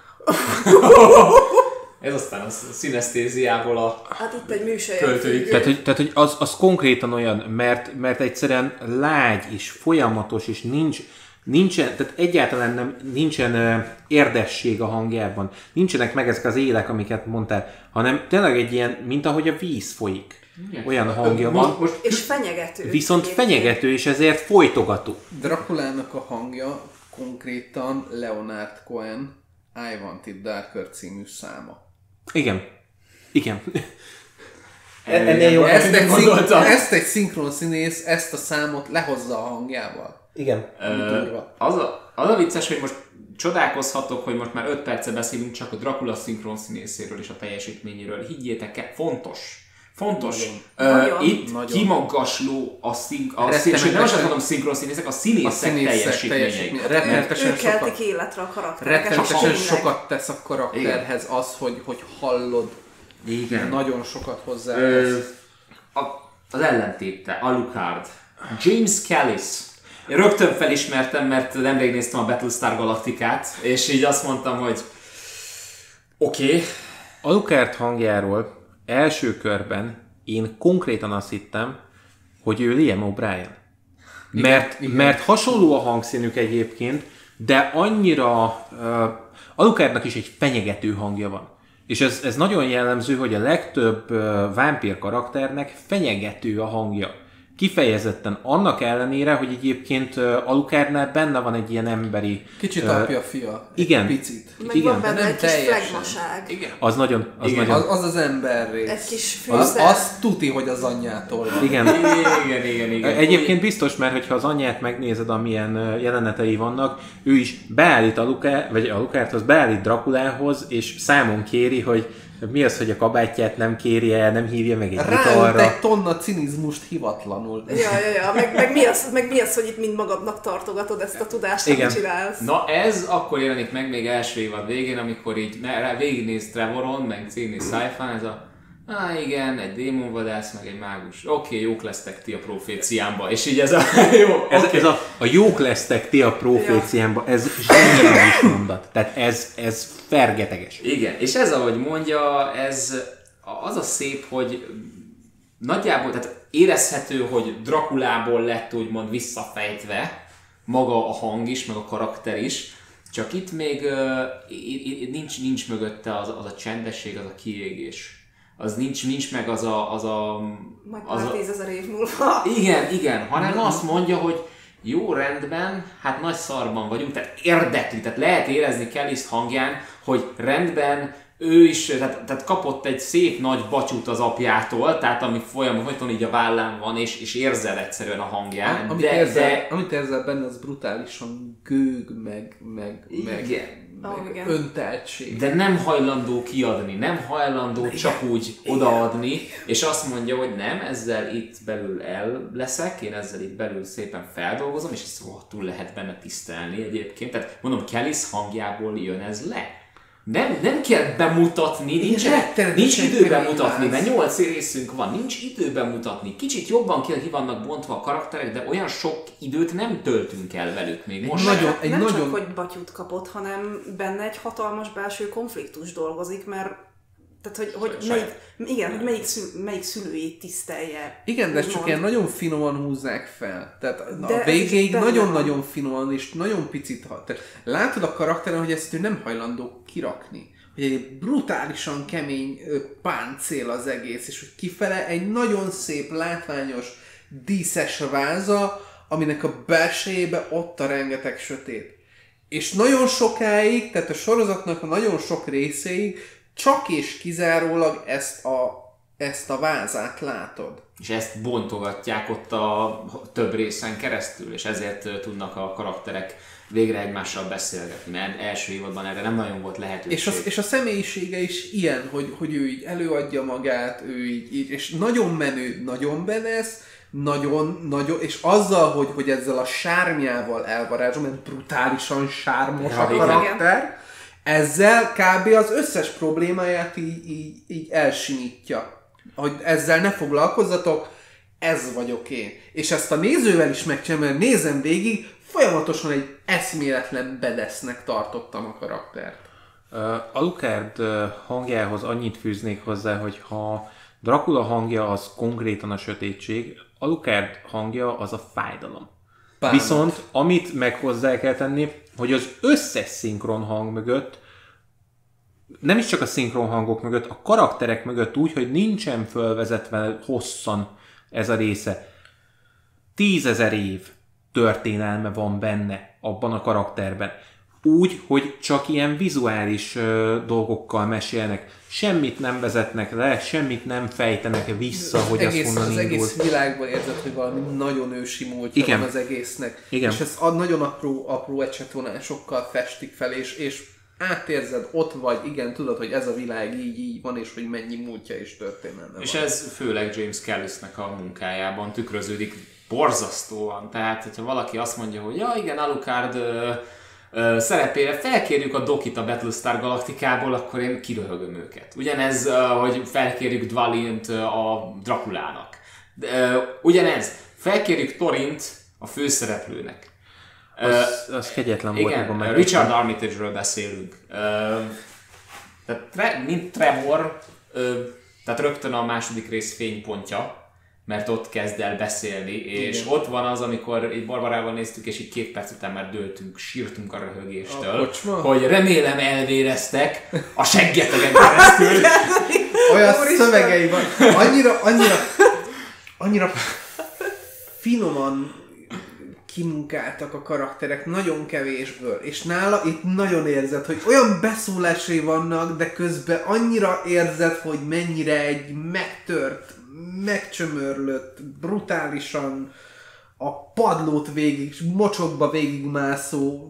Ez aztán a szinesztéziából a hát itt egy műsor. Tehát, hogy, tehát, hogy az, az konkrétan olyan, mert, mert egyszerűen lágy és folyamatos, és nincs, nincsen, tehát egyáltalán nem, nincsen érdesség a hangjában. Nincsenek meg ezek az élek, amiket mondtál, hanem tényleg egy ilyen, mint ahogy a víz folyik. Igen. Olyan hangja van. Most, most, és fenyegető. Viszont fenyegető, és ezért folytogató. Draculának a hangja konkrétan Leonard Cohen I Want It Darker című száma. Igen. Igen. Ennél jó, ezt, egy szink- ezt egy szinkron színész ezt a számot lehozza a hangjával. Igen. Ö, az, a, az a vicces, hogy most csodálkozhatok, hogy most már öt perce beszélünk csak a Dracula szinkron színészéről és a teljesítményéről. Higgyétek el, fontos. Fontos. Nagyon. Uh, itt Nagyon. kimagasló a, szink, a szín, sőt, nem azt mondom szinkron színészek, a színészek, a színészek teljesítményei. Rettenetesen ők keltik életre a karaktereket. Rettenetesen sokat tesz a karakterhez igen. Az, hogy, hogy hallod. Igen. Nagyon sokat hozzá. Ö, a, az ellentéte, Alucard. James Callis. Én rögtön felismertem, mert nemrég néztem a Battlestar Galacticát, és így azt mondtam, hogy oké. Okay. Alucard hangjáról első körben én konkrétan azt hittem, hogy ő Liam O'Brien. Mert, igen. mert hasonló a hangszínük egyébként, de annyira... Uh, Alucardnak is egy fenyegető hangja van. És ez, ez nagyon jellemző, hogy a legtöbb uh, vámpír karakternek fenyegető a hangja. kifejezetten annak ellenére, hogy egyébként uh, Alucardnál benne van egy ilyen emberi... Kicsit uh, apja fia. Igen. Picit. Meg Igen, van benne nem egy kis teljesen. flegmaság. Igen. Az nagyon... Az, Igen. nagyon, Az, az az ember rész. Egy kis Az, fűszer. az tuti, hogy az anyjától van. igen. Igen, igen, igen. Egyébként biztos, mert hogyha az anyját megnézed, amilyen ö, jelenetei vannak, ő is beállít Alucard, vagy Alucardhoz, beállít Draculához, és számon kéri, hogy mi az, hogy a kabátját nem kéri el, nem hívja meg egy Ráönt italra. egy tonna cinizmust hivatlanul. Ja, ja, ja. Meg, meg, mi az, meg mi az, hogy itt mind magadnak tartogatod ezt a tudást, Igen. amit csinálsz. Na ez akkor jelenik meg még első évad végén, amikor így rá- végignéz Trevoron, meg végignéz Sci-Fi, ez a á igen, egy démonvadász, meg egy mágus. Oké, okay, jók lesztek ti a proféciámba. És így ez a... jó, Ez, okay. ez a, a jók lesztek ti a proféciámban, ez zseniális mondat. Tehát ez, ez fergeteges. Igen, és ez ahogy mondja, ez az a szép, hogy nagyjából, tehát érezhető, hogy Draculából lett úgymond visszafejtve maga a hang is, meg a karakter is, csak itt még uh, nincs, nincs mögötte az, az a csendesség, az a kiégés. Az nincs, nincs meg az a... Az a Majd az pár a... tízezer év múlva. Igen, igen, hanem azt mondja, hogy jó, rendben, hát nagy szarban vagyunk, tehát érdekli, tehát lehet érezni Kellis hangján, hogy rendben, ő is, tehát, tehát kapott egy szép nagy bacsút az apjától, tehát ami folyamatosan így a vállán van, és, és érzed egyszerűen a hangján. Amit, de, érzel, de... amit érzel benne, az brutálisan gőg, meg, meg, meg, Igen. meg Oh, igen. önteltség. De nem hajlandó kiadni, nem hajlandó csak úgy odaadni, és azt mondja, hogy nem, ezzel itt belül el leszek, én ezzel itt belül szépen feldolgozom, és ezt rohadtul lehet benne tisztelni egyébként. Tehát mondom, Kellis hangjából jön ez le. Nem, nem kell bemutatni, nincs, nincs idő bemutatni, mert nyolc részünk van, nincs idő bemutatni. Kicsit jobban ki, ki vannak bontva a karakterek, de olyan sok időt nem töltünk el velük még most. Nagyon, Nem egy csak, nagyon... hogy batyút kapott, hanem benne egy hatalmas belső konfliktus dolgozik, mert tehát, hogy, hogy melyik, igen, hogy melyik, szül, melyik szülőjét tisztelje. Igen, de ezt csak úgymond. ilyen nagyon finoman húzzák fel. Tehát De a ez végéig is benne nagyon-nagyon finoman és nagyon picit hat. Tehát látod a karakteren, hogy ezt ő nem hajlandó kirakni. Hogy egy brutálisan kemény ö, páncél az egész, és hogy kifele egy nagyon szép, látványos, díszes váza, aminek a belsejébe ott a rengeteg sötét. És nagyon sokáig, tehát a sorozatnak a nagyon sok részéig csak és kizárólag ezt a, ezt a vázát látod. És ezt bontogatják ott a több részen keresztül, és ezért tudnak a karakterek végre egymással beszélgetni, mert első évadban erre nem nagyon volt lehetőség. És, az, és a személyisége is ilyen, hogy, hogy ő így előadja magát, ő így, így és nagyon menő, nagyon benesz, nagyon, nagyon, és azzal, hogy, hogy ezzel a sármjával elvarázsol, mert brutálisan sármos Ja, a igen. karakter, ezzel kb. Az összes problémáját így, így, így elsimítja. Hogy ezzel ne foglalkozzatok, ez vagyok én. És ezt a nézővel is megcsinálom, mert nézem végig, folyamatosan egy eszméletlen bedesznek tartottam a karaktert. Uh, Alucard uh, hangjához annyit fűznék hozzá, hogy ha Dracula hangja az konkrétan a sötétség, Alucard hangja az a fájdalom. Bánat. Viszont amit meg hozzá kell tenni, hogy az összes szinkron hang mögött, nem is csak a szinkron hangok mögött, a karakterek mögött úgy, hogy nincsen fölvezetve hosszan ez a része. Tízezer év történelme van benne abban a karakterben. Úgy, hogy csak ilyen vizuális ö, dolgokkal mesélnek. Semmit nem vezetnek le, semmit nem fejtenek vissza, hogy az egész, honnan az indul. egész világban érzed, hogy valami nagyon ősi múltja Igen. van az egésznek. Igen. És ezt a nagyon apró, apró ecsetvonásokkal festik fel, és, és átérzed, ott vagy, igen, tudod, hogy ez a világ így, így van, és hogy mennyi múltja és történelme És van. ez főleg James Callisnek a munkájában tükröződik borzasztóan. Tehát, hogyha valaki azt mondja, hogy ja igen, Alucard ö, ö, szerepére felkérjük a Dokit a Battlestar Galactikából, akkor én kiröhögöm őket. Ugyanez, ö, hogy felkérjük Dvalint ö, a Draculának. Ö, ugyanez, felkérjük Torint a főszereplőnek. Az, az kegyetlen volt. Igen, abban meg- Richard Armitage-ről beszélünk. Ö, tehát tre, mint Trevor, ö, tehát rögtön a második rész fénypontja, mert ott kezd el beszélni, és Igen. ott van az, amikor egy Barbarával néztük, és így két perc után már döltünk, sírtunk a röhögéstől, A kocsma? hogy remélem elvéreztek a seggetegen keresztül. Olyan Úristen! szövegei van, annyira, annyira, annyira finoman kimunkáltak a karakterek, nagyon kevésből, és nála itt nagyon érzed, hogy olyan beszólásai vannak, de közben annyira érzed, hogy mennyire egy megtört, megcsömörlött, brutálisan a padlót végig, mocsokba végigmászó,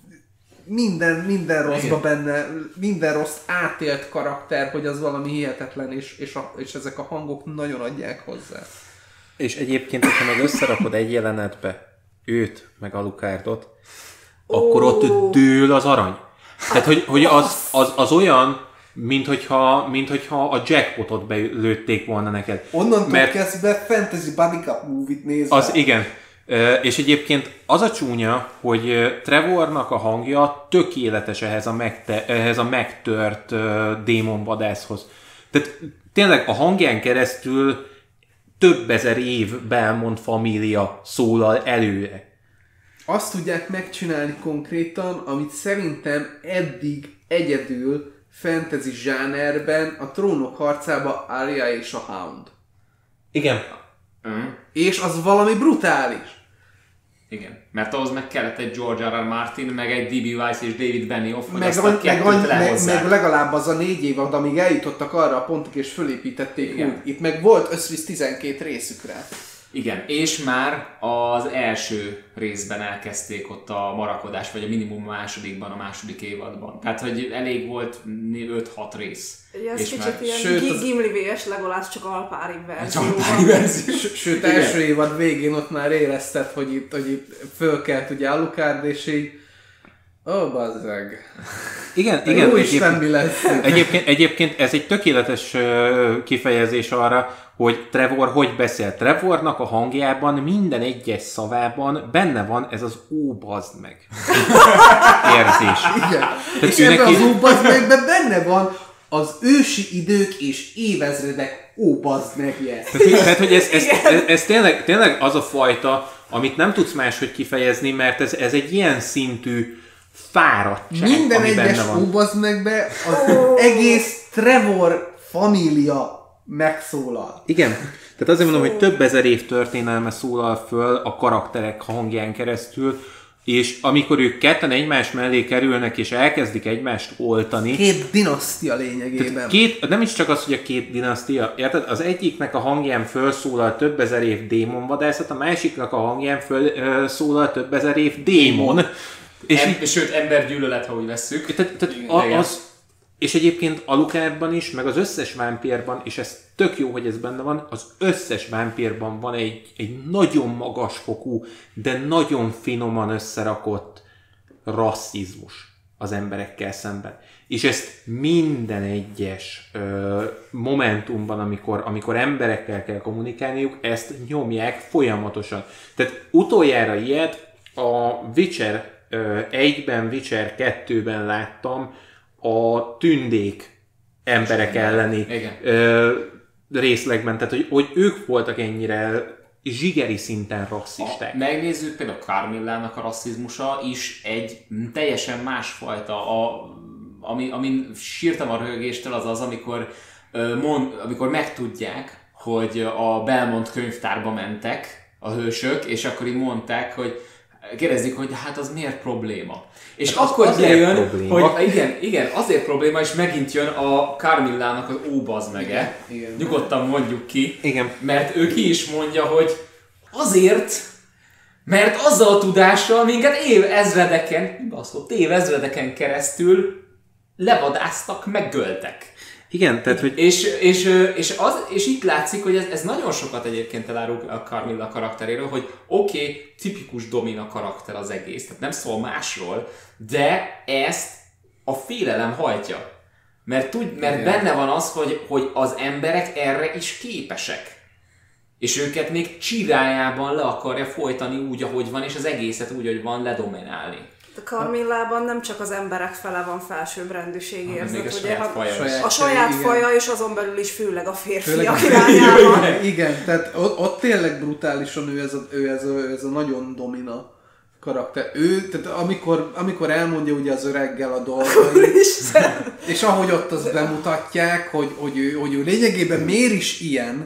minden, minden rosszba benne, minden rossz átélt karakter, hogy az valami hihetetlen, és, és, a, és ezek a hangok nagyon adják hozzá. És egyébként, hogyha meg összerakod egy jelenetbe őt, meg Alucardot, oh. akkor ott dől az arany. Tehát, hogy, hogy az, az, az olyan, mint hogyha, mint hogyha a jackpotot belőtték volna neked. Onnantól Mert kezdve fantasy buddy cup movie-t nézve. Az igen. És egyébként az a csúnya, hogy Trevornak a hangja tökéletes ehhez a, megte, ehhez a megtört démonvadászhoz. Tehát tényleg a hangján keresztül több ezer év Belmont família szólal előre. Azt tudják megcsinálni konkrétan, amit szerintem eddig egyedül fantasy zsánerben a Trónok harcába Arya és a Hound. Igen. Mm. És az valami brutális. Igen, mert ahhoz meg kellett egy George R. R. Martin, meg egy D B. Weiss és David Benioff, hogy meg, azt a kettőt meg, lehozzák. meg legalább az a négy évad, amíg eljutottak arra a pontig és fölépítették Igen. úgy. Itt meg volt összvisz tizenkét részük rá. Igen, és már az első részben elkezdték ott a marakodást, vagy a minimum a másodikban, a második évadban. Tehát, hogy elég volt öt-hat rész. Ja, ez és kicsit már... ilyen Sőt, az... Gimli vé es Legolas, csak alpári verzióban. Alpári verzió. Sőt, első évad végén ott már érezted, hogy itt, hogy itt fölkelt ugye Alucard, és így ó, oh, bazzeg. Igen, igen. Jó Isten, mi lesz? Egyébként, egyébként ez egy tökéletes kifejezés arra, hogy Trevor hogy beszél. Trevornak a hangjában minden egyes szavában benne van ez az ó, bazd meg érzés. Igen. Tehát És ebben neki... az ó, bazd megben benne van az ősi idők és évezredek ó, bazd megje. Tehát, tehát, hogy ez, ez, ez, ez tényleg, tényleg az a fajta, amit nem tudsz máshogy kifejezni, mert ez, ez egy ilyen szintű fáradtság, minden ami egyes benne van. ó, bazd megbe az oh. egész Trevor família megszólal. Igen. Tehát azért mondom, hogy több ezer év történelme szólal föl a karakterek hangján keresztül, és amikor ők ketten egymás mellé kerülnek, és elkezdik egymást oltani... Két dinasztia lényegében. Két, nem is csak az, hogy a két dinasztia, érted? Az egyiknek a hangján fölszólal több ezer év démonvadászat, a másiknak a hangján fölszólal több ezer év démon. És em, így, sőt, embergyűlölet, ha úgy vesszük. Tehát, tehát a, az, és egyébként Alucardban is, meg az összes vámpírban, és ez tök jó, hogy ez benne van, az összes vámpírban van egy, egy nagyon magasfokú, de nagyon finoman összerakott rasszizmus az emberekkel szemben. És ezt minden egyes ö, momentumban, amikor, amikor emberekkel kell kommunikálniuk, ezt nyomják folyamatosan. Tehát utoljára ilyet a Witcher egyben, Witcher kettőben láttam, a tündék emberek elleni ö, részlegben, tehát hogy, hogy ők voltak ennyire zsigeri szinten rasszisták. Ha megnézzük, például Carmillának a rasszizmusa is egy teljesen másfajta, a, ami, amin sírtam a röhögéstől, az az, amikor, mond, amikor megtudják, hogy a Belmont könyvtárba mentek a hősök, és akkor így mondták, hogy kérdezik, hogy hát az miért probléma. És hát akkor jön, hogy igen, igen, azért probléma, és megint jön a Carmillának az ó, bazd mege. Igen, nyugodtan mondjuk ki. Igen. Mert ő ki is mondja, hogy azért, mert azzal a tudással minket évezredeken, baszott, évezredeken keresztül levadáztak, meggöltek. Igen, tehát hogy... És, és, és, az, és itt látszik, hogy ez, ez nagyon sokat egyébként elárul a Carmilla karakteréről, hogy oké, okay, tipikus Domina karakter az egész, tehát nem szól másról, de ezt a félelem hajtja. Mert, tud, mert benne van az, hogy, hogy az emberek erre is képesek. És őket még csirájában le akarja folytani úgy, ahogy van, és az egészet úgy, hogy van, ledominálni. A Carmillában nem csak az emberek fele van felsőbbrendűség érzet, ugye? Saját Ha, saját a saját igen. faja, és azon belül is főleg a férfiak irányában. Igen, igen, tehát ott, ott tényleg brutálisan ő ez a, ő ez a, ő ez a nagyon domina karakter. Ő, tehát amikor, amikor elmondja ugye az öreggel a dolgait, és ahogy ott azt bemutatják, hogy, hogy, ő, hogy ő lényegében miért is ilyen,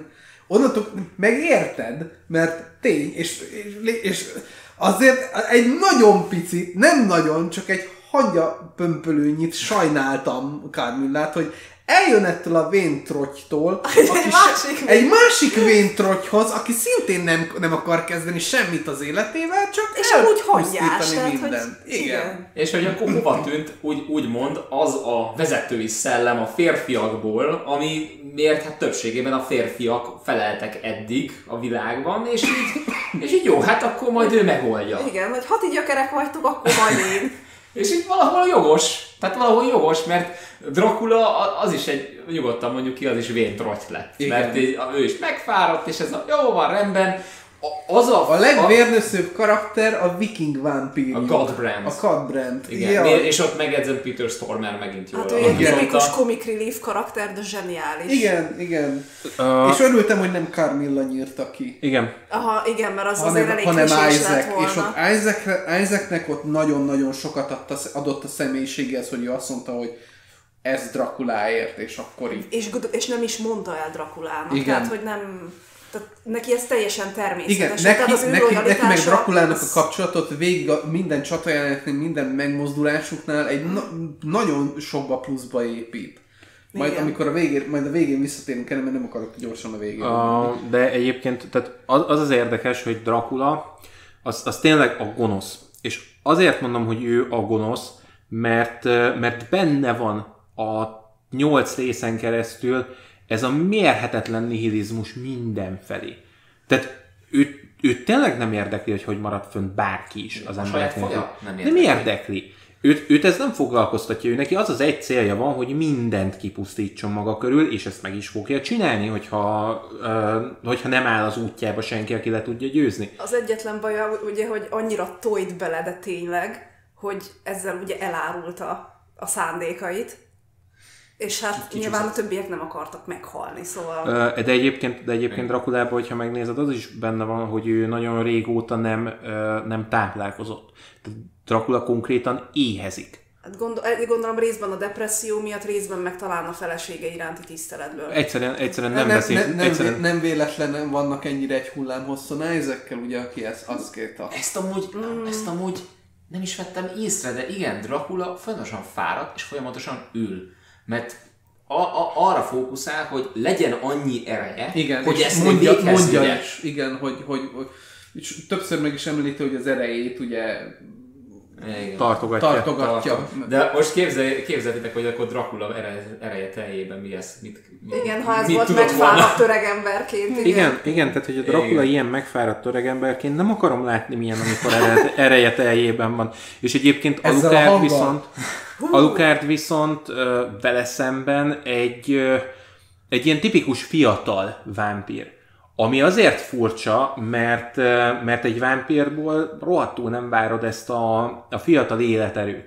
onnantól megérted, mert tény, és, és, és azért egy nagyon pici, nem nagyon, csak egy hangya pömpölőnyit sajnáltam Carmillát, hogy eljön ettől a véntrottytól egy másik, egy másik véntrottyhoz, aki szintén nem, nem akar kezdeni semmit az életével, csak és amúgy hangyás, tehát, minden. Hogy igen. igen. És hogy akkor hova tűnt, úgy, úgy mond, az a vezetői szellem a férfiakból, ami miért hát többségében a férfiak feleltek eddig a világban, és így, és így jó, hát akkor majd ő megoldja. Igen, hogy ha ti gyökerek vagytok, akkor majd én. És így valahol jogos, tehát valahol jogos, mert Dracula az is egy, nyugodtan mondjuk ki, az is véntrotty lett. Igen. Mert így, ő is megfáradt, és ez a jó van, rendben. A, az a, a legvérnőszőbb karakter a viking vámpír. A Godbrand. A Godbrand. Igen, ja. és ott megedzem Peter Stormare megint jól. Hát ő egy tipikus comic relief karakter, de zseniális. Igen, igen. Uh, és örültem, hogy nem Carmilla nyírta ki. Igen. Aha, igen, mert az hanem, azért elég hanem klisés Isaac. lett volna. És ott Isaacre, Isaacnek ott nagyon-nagyon sokat adta, adott a személyiséghez, hogy ő azt mondta, hogy ez Draculáért, és akkor így. És, és nem is mondta el Draculának. Igen. Tehát, hogy nem... Tehát neki ez teljesen természetes. Igen, Tehát neki, az ő neki, neki meg Draculának az... a kapcsolatot végig a, minden csatajelenetnél, minden megmozdulásuknál egy na, nagyon sokba pluszba épít. Majd igen. amikor a végén, majd a végén visszatérünk el, mert nem akarok gyorsan a végén. Uh, de egyébként tehát az, az az érdekes, hogy Dracula az, az tényleg a gonosz. És azért mondom, hogy ő a gonosz, mert, mert benne van a nyolc részen keresztül ez a mérhetetlen nihilizmus mindenfelé. Tehát őt, őt tényleg nem érdekli, hogy hogy marad fönn bárki is az embereknek. Nem nem érdekli. Őt, őt ez nem foglalkoztatja, ő neki az az egy célja van, hogy mindent kipusztítson maga körül, és ezt meg is fogja csinálni, hogyha, uh, hogyha nem áll az útjába senki, aki le tudja győzni. Az egyetlen baja, ugye, hogy annyira tojt bele, de tényleg, hogy ezzel ugye elárulta a szándékait, és hát Kicsit nyilván a többiek nem akartak meghalni, szóval... Uh, de egyébként, de egyébként Draculában, hogyha megnézed, az is benne van, hogy ő nagyon régóta nem, uh, nem táplálkozott. Dracula konkrétan éhezik. Hát gondol, gondolom részben a depresszió miatt, részben meg talán a felesége iránti tiszteletből. Egyszerűen, egyszerűen nem, nem veszik. Ne, nem, egyszerűen... nem véletlen vannak ennyire egy hullám hosszon Isaackel, ugye, aki ezt, azt kérte. Ezt amúgy, mm. ezt amúgy nem is vettem észre, de igen, Dracula folyamatosan fáradt és folyamatosan ül. Mert a, a, arra fókuszál, hogy legyen annyi ereje, igen, hogy ezt mondja, véghez mondja vigye. is, igen, hogy, hogy, hogy és többször meg is említi, hogy az erejét ugye igen. tartogatja. tartogatja. De most képzel, képzeljétek, hogy akkor Dracula ereje, ereje teljében mi ez? Mit, mit, igen, ha ez mit volt megfáradt öregemberként. Igen. igen, igen, tehát hogy a Dracula igen. ilyen megfáradt öregemberként nem akarom látni milyen, amikor ereje, ereje teljében van. És egyébként Alucard viszont, Alucard viszont uh, vele szemben egy, uh, egy ilyen tipikus fiatal vámpír. Ami azért furcsa, mert, mert egy vámpírból rohadtul nem várod ezt a, a fiatal életerőt.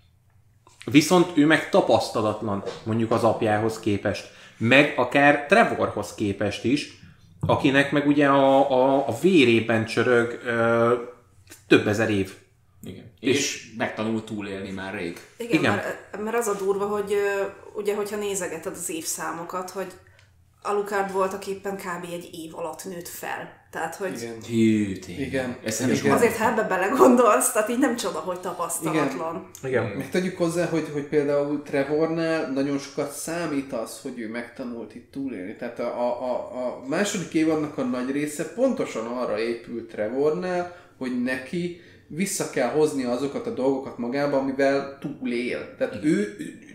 Viszont ő meg tapasztalatlan, mondjuk az apjához képest. Meg akár Trevorhoz képest is, akinek meg ugye a, a, a vérében csörög ö, több ezer év. Igen. És, és megtanult túlélni már rég. Igen, Igen. Mert, mert az a durva, hogy ugye, hogyha nézegeted az évszámokat, hogy Alucard voltak éppen kb. Egy év alatt nőtt fel. Tehát, hogy... Igen. Hű, tényleg. Igen. Ezt nem Igen. is azért, ha ebbe belegondolsz, tehát így nem csoda, hogy tapasztalatlan. Igen. Igen. Meg tegyük hozzá, hogy, hogy például Trevornál nagyon sokat számít az, hogy ő megtanult itt túlélni. Tehát a, a, a második évadnak a nagy része pontosan arra épült Trevornál, hogy neki vissza kell hozni azokat a dolgokat magába, amivel túlél. Tehát ő,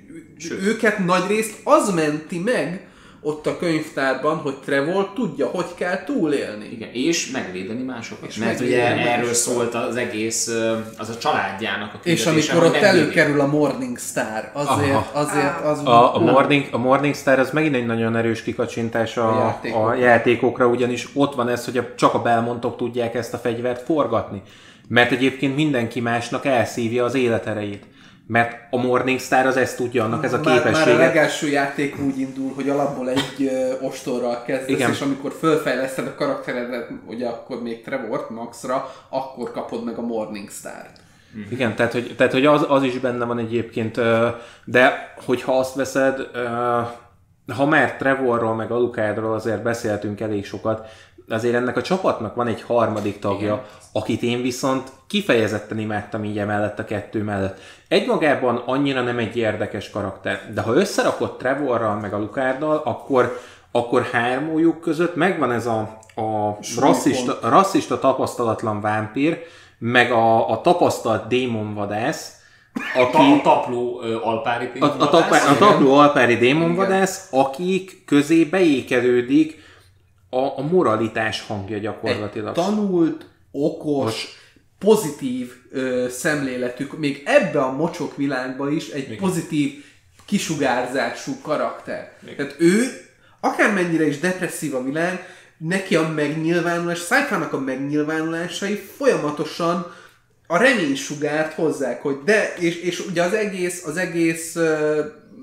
ő, őket nagy részt az menti meg, ott a könyvtárban, hogy Trevor tudja, hogy kell túlélni. Igen, és megvédeni másokat. És mert ugye erről szólt az egész, az a családjának a és amikor ott előkerül a Morningstar, azért, azért az... A, a, Morning, a Morningstar az megint egy nagyon erős kikacsintás a, a, játékokra. a játékokra, ugyanis ott van ez, hogy a, csak a Belmontok tudják ezt a fegyvert forgatni. Mert egyébként mindenki másnak elszívja az életerejét. Mert a Morningstar az ezt tudja, annak ez a már, képessége. Már a legelső játék úgy indul, hogy alapból egy ö, ostorral kezdesz, igen. És amikor fölfejleszted a karakteredet, ugye akkor még Trevort Maxra, akkor kapod meg a Morningstart. Igen, tehát hogy, tehát, hogy az, az is benne van egyébként, de hogyha azt veszed, ha már Trevorról meg Alucardról azért beszéltünk elég sokat, azért ennek a csapatnak van egy harmadik tagja, igen, akit én viszont kifejezetten imádtam így emellett a kettő mellett. Egymagában annyira nem egy érdekes karakter, de ha összerakod Trevorral meg Alucarddal, akkor, akkor hármójuk között megvan ez a, a rasszista, rasszista tapasztalatlan vámpír, meg a, a tapasztalt démonvadász, aki, a tapló uh, alpári démonvadász, a, a, tapá, a tapló alpári démonvadász, akik közé beékelődik a, a moralitás hangja gyakorlatilag. Egy tanult, okos, Most. pozitív ö, szemléletük, még ebbe a mocsok világba is egy igen, pozitív kisugárzású karakter. Igen. Tehát ő, akármennyire is depresszív a világ, neki a megnyilvánulás, Sci-Fi-nak a megnyilvánulásai folyamatosan a reménysugárt hozzák, hogy de, és, és ugye az egész, az egész uh,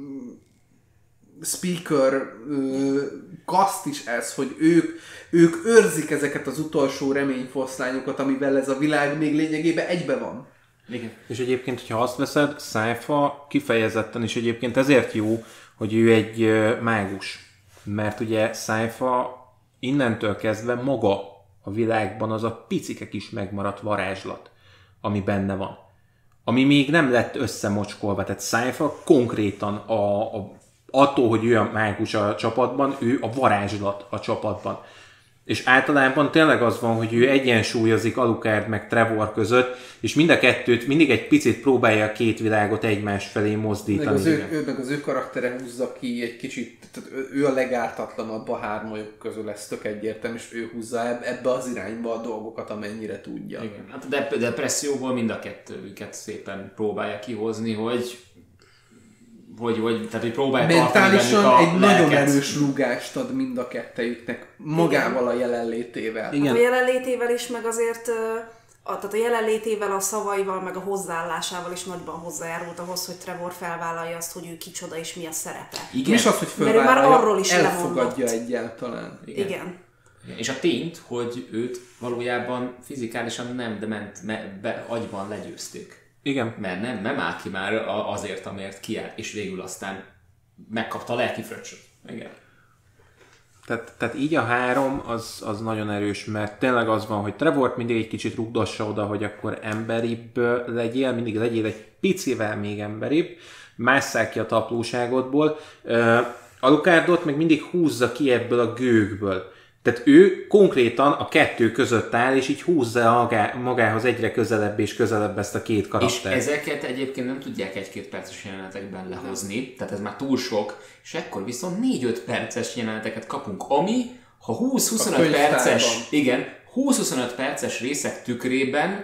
speaker uh, kaszt is ez, hogy ők, ők őrzik ezeket az utolsó reményfoszlányokat, amivel ez a világ még lényegében egybe van. Igen. És egyébként, hogyha azt veszed, Sci-Fi kifejezetten is egyébként ezért jó, hogy ő egy uh, mágus. Mert ugye Sci-Fi innentől kezdve maga a világban az a picike kis megmaradt varázslat, ami benne van. Ami még nem lett összemocskolva. Tehát Sci-Fi konkrétan a, a, attól, hogy ő a mágus a csapatban, ő a varázslat a csapatban. És általában tényleg az van, hogy ő egyensúlyozik Alucard meg Trevor között, és mind a kettőt mindig egy picit próbálja a két világot egymás felé mozdítani. Meg az ő, ő, meg az ő karaktere húzza ki egy kicsit, tehát ő a legártatlanabb a hármójuk közül, ez tök egyértelmű, és ő húzza ebbe az irányba a dolgokat, amennyire tudja. Igen. Hát a depresszióból mind a kettőjüket szépen próbálja kihozni, hogy Hogy, hogy, tehát, hogy próbálj mentálisan egy nagyon erős rúgást ad mind a kettejüknek, magával igen, a jelenlétével. Igen. Hát a jelenlétével is, meg azért a, tehát a jelenlétével, a szavaival, meg a hozzáállásával is nagyban hozzájárult ahhoz, hogy Trevor felvállalja azt, hogy ő kicsoda és mi a szerepe. Igen. És az, hogy felvállalja, elfogadja egyáltalán. Igen. Igen. És a tényt, hogy őt valójában fizikálisan nem, de ment, me, be, agyban legyőzték. Igen. Mert nem, nem áll ki már azért, amért kiáll, és végül aztán megkapta a lelki fröccsöt. Igen. Tehát, tehát így a három az, az nagyon erős, mert tényleg az van, hogy Trevort mindig egy kicsit rugdossa oda, hogy akkor emberibb legyél, mindig legyél egy picivel még emberibb, másszál ki a taplóságodból. Uh, Alucardot meg mindig húzza ki ebből a gőgből. Tehát ő konkrétan a kettő között áll, és így húzza magá, magához egyre közelebb és közelebb ezt a két karaktert. És ezeket egyébként nem tudják egy-két perces jelenetekben lehozni, tehát ez már túl sok, és ekkor viszont négy-öt perces jeleneteket kapunk, ami, ha húsz-huszonöt perces, igen, húsz-huszonöt perces részek tükrében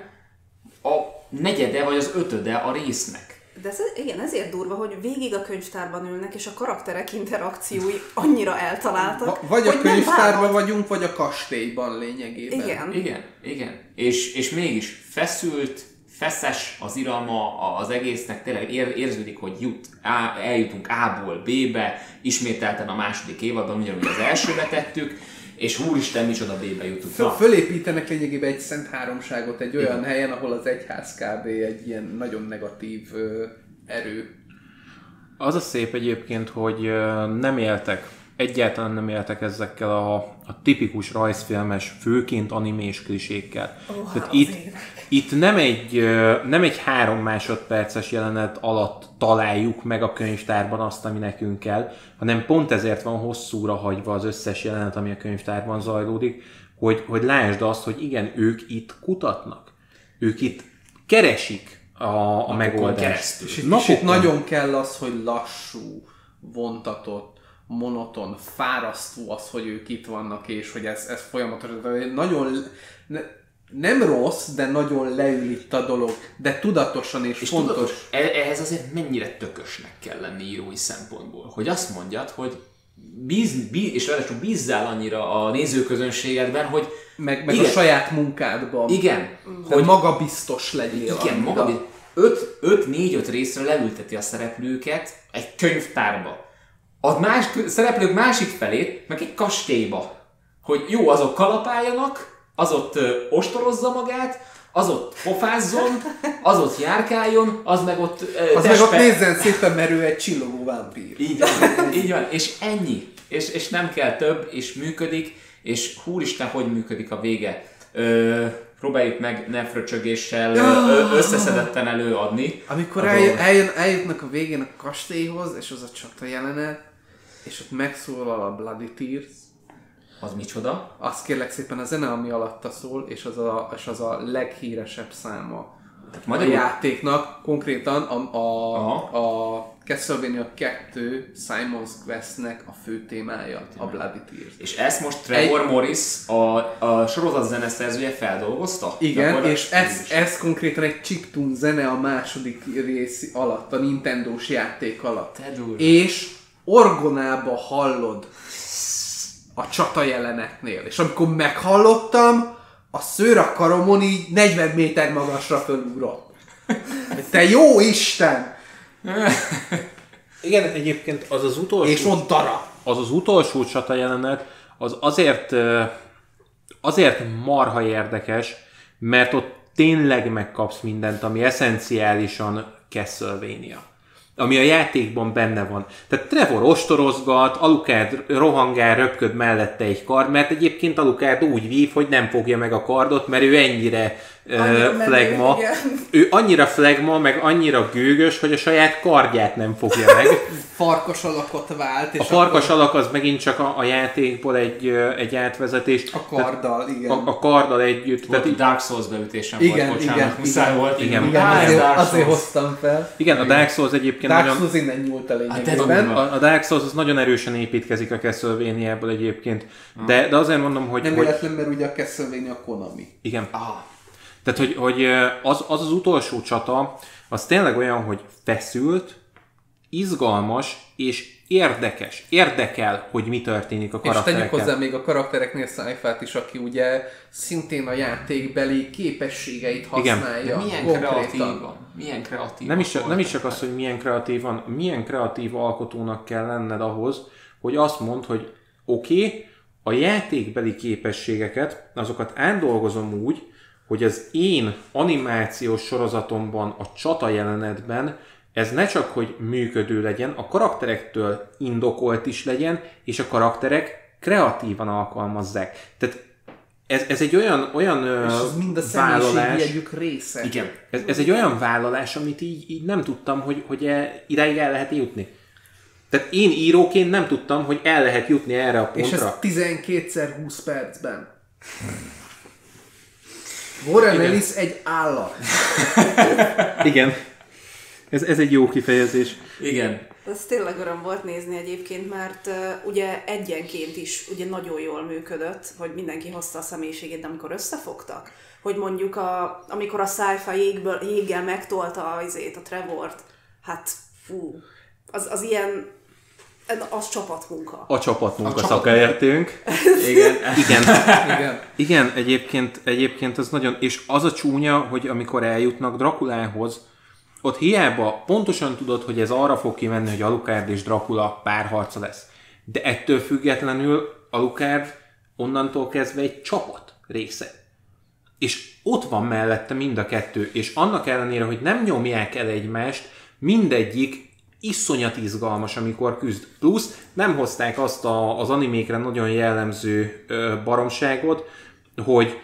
a negyede vagy az ötöde a résznek. De ez, igen, ezért durva, hogy végig a könyvtárban ülnek, és a karakterek interakciói annyira eltaláltak, v- Vagy a könyvtárban vagyunk, vagy a kastélyban lényegében. Igen. Igen, igen. És, és mégis feszült, feszes az iralma az egésznek, tényleg ér, érződik, hogy jut, á, eljutunk A-ból B-be, ismételten a második évadban, ugyanúgy az elsőbe tettük, és húristen, micsoda B-be jutunk. Föl, fölépítenek lényegében egy szent háromságot egy olyan igen, helyen, ahol az egyház kb. Egy ilyen nagyon negatív ö, erő. Az a szép egyébként, hogy ö, nem éltek, egyáltalán nem éltek ezekkel a, a tipikus rajzfilmes, főként animés klisékkel. Oh, Tehát itt, itt nem egy, ö, nem egy három másodperces jelenet alatt találjuk meg a könyvtárban azt, ami nekünk kell, hanem pont ezért van hosszúra hagyva az összes jelenet, ami a könyvtárban zajlódik, hogy, hogy lásd azt, hogy igen, ők itt kutatnak. Ők itt keresik a, a megoldást. És itt, és itt nagyon kell az, hogy lassú, vontatott, monoton, fárasztó az, hogy ők itt vannak, és hogy ez, ez folyamatosan nagyon... Ne, nem rossz, de nagyon leül itt a dolog, de tudatosan és, és fontos. Tudatos, ehhez azért mennyire tökösnek kell lenni írói szempontból, hogy azt mondjad, hogy bíz, bíz, és ráadásul bízzál annyira a nézőközönségedben, hogy meg, meg a saját munkádban. Igen. Hogy magabiztos legyél. Igen, magabiztos. öt-négy-öt részre leülteti a szereplőket egy könyvtárba. A más, szereplők másik felét meg egy kastélyba. Hogy jó, azok kalapáljanak, az ott ö, ostorozza magát, az ott pofázzon, az ott járkáljon, az meg ott... Uh, az meg ott nézzen szépen, mert ő egy csillogó vámpír. Így van, így van, és ennyi. És, és nem kell több, és működik, és húristen, hogy működik a vége. Ö, próbáljuk meg nefröcsögéssel ö, összeszedetten előadni. Amikor eljön, eljön, eljutnak a végén a kastélyhoz, és az a csata jelenet, és ott megszólal a Bloody Tears. Az micsoda? Azt kérlek szépen a zene, ami alatta szól, és az a, és az a leghíresebb száma a játéknak. Konkrétan a, a, a Castlevania kettő Simon's Quest-nek a fő témája, a Bloody Tears. És ezt most Trevor Egy... Morris, a, a sorozat zeneszerzője feldolgozta? Igen, és ez, ez konkrétan egy chiptune zene a második rész alatt, a Nintendós játék alatt. És orgonába hallod a csata jelenetnél. És amikor meghallottam, a szőr a karomon így negyven méter magasra fölugrott. Te jó Isten! Igen, egyébként az az utolsó... És ott dara! Az az utolsó csata jelenet, az azért, azért marha érdekes, mert ott tényleg megkapsz mindent, ami eszenciálisan Castlevania. Ami a játékban benne van. Tehát Trevor ostorozgat, Alucard rohangál, röpköd mellette egy kard, mert egyébként Alucard úgy vív, hogy nem fogja meg a kardot, mert ő ennyire uh, flagma. Ő annyira flagma, meg annyira gőgös, hogy a saját kardját nem fogja meg. Farkas alakot vált. És a farkas akkor... alak az megint csak a, a játékból egy, egy átvezetés. A karddal, tehát, igen. A, a karddal együtt. Volt tehát Dark Souls beütésem igen, volt, bocsánat, igen, muszáj igen, volt. Igen, igen, Á, azért, azért hoztam fel. Igen, a Dark Souls egyébként Dark nagyon... Souls innen nyúlt a lényegében. A, a Dark Souls az nagyon erősen építkezik a Castlevania-ból egyébként. De, de azért mondom, hogy... Nem hogy... véletlen, mert ugye a Castlevania a Konami. Igen. Ah. Tehát, hogy, hogy az, az az utolsó csata, az tényleg olyan, hogy feszült, izgalmas és érdekes. Érdekel, hogy mi történik a karakterekkel. És tegyük hozzá még a karaktereknél Szájfát is, aki ugye szintén a játékbeli képességeit használja. Milyen kreatívan. Milyen kreatívan. Nem is, nem is csak az, hogy milyen kreatívan, milyen kreatív alkotónak kell lenned ahhoz, hogy azt mondd, hogy oké, okay, a játékbeli képességeket, azokat átdolgozom úgy, hogy az én animációs sorozatomban, a csata jelenetben ez ne csak, hogy működő legyen, a karakterektől indokolt is legyen, és a karakterek kreatívan alkalmazzák. Tehát ez, ez egy olyan, olyan és ez mind a vállalás, része. Igen, ez, ez egy olyan vállalás, amit így, így nem tudtam, hogy, hogy el, idáig el lehet jutni. Tehát én íróként nem tudtam, hogy el lehet jutni erre a pontra. És ez tizenkétszer húsz percben. Warren Ellis egy állat. Igen. Ez, ez egy jó kifejezés. Igen. Ez tényleg öröm volt nézni egyébként, mert uh, ugye egyenként is ugye nagyon jól működött, hogy mindenki hozta a személyiségét, de amikor összefogtak, hogy mondjuk a, amikor a Sci-Fi jégből, jéggel megtolta azért a Trevort, hát fú, az, az ilyen, az csapatmunka. A csapatmunka szakértőnk. Igen. Igen. Igen. Igen, egyébként, egyébként az nagyon, és az a csúnya, hogy amikor eljutnak Drakulához, ott hiába pontosan tudod, hogy ez arra fog kimenni, hogy Alucard és Dracula párharca lesz. De ettől függetlenül Alucard onnantól kezdve egy csapat része. És ott van mellette mind a kettő, és annak ellenére, hogy nem nyomják el egymást, mindegyik iszonyat izgalmas, amikor küzd. Plusz nem hozták azt a, az animékre nagyon jellemző ö, baromságot, hogy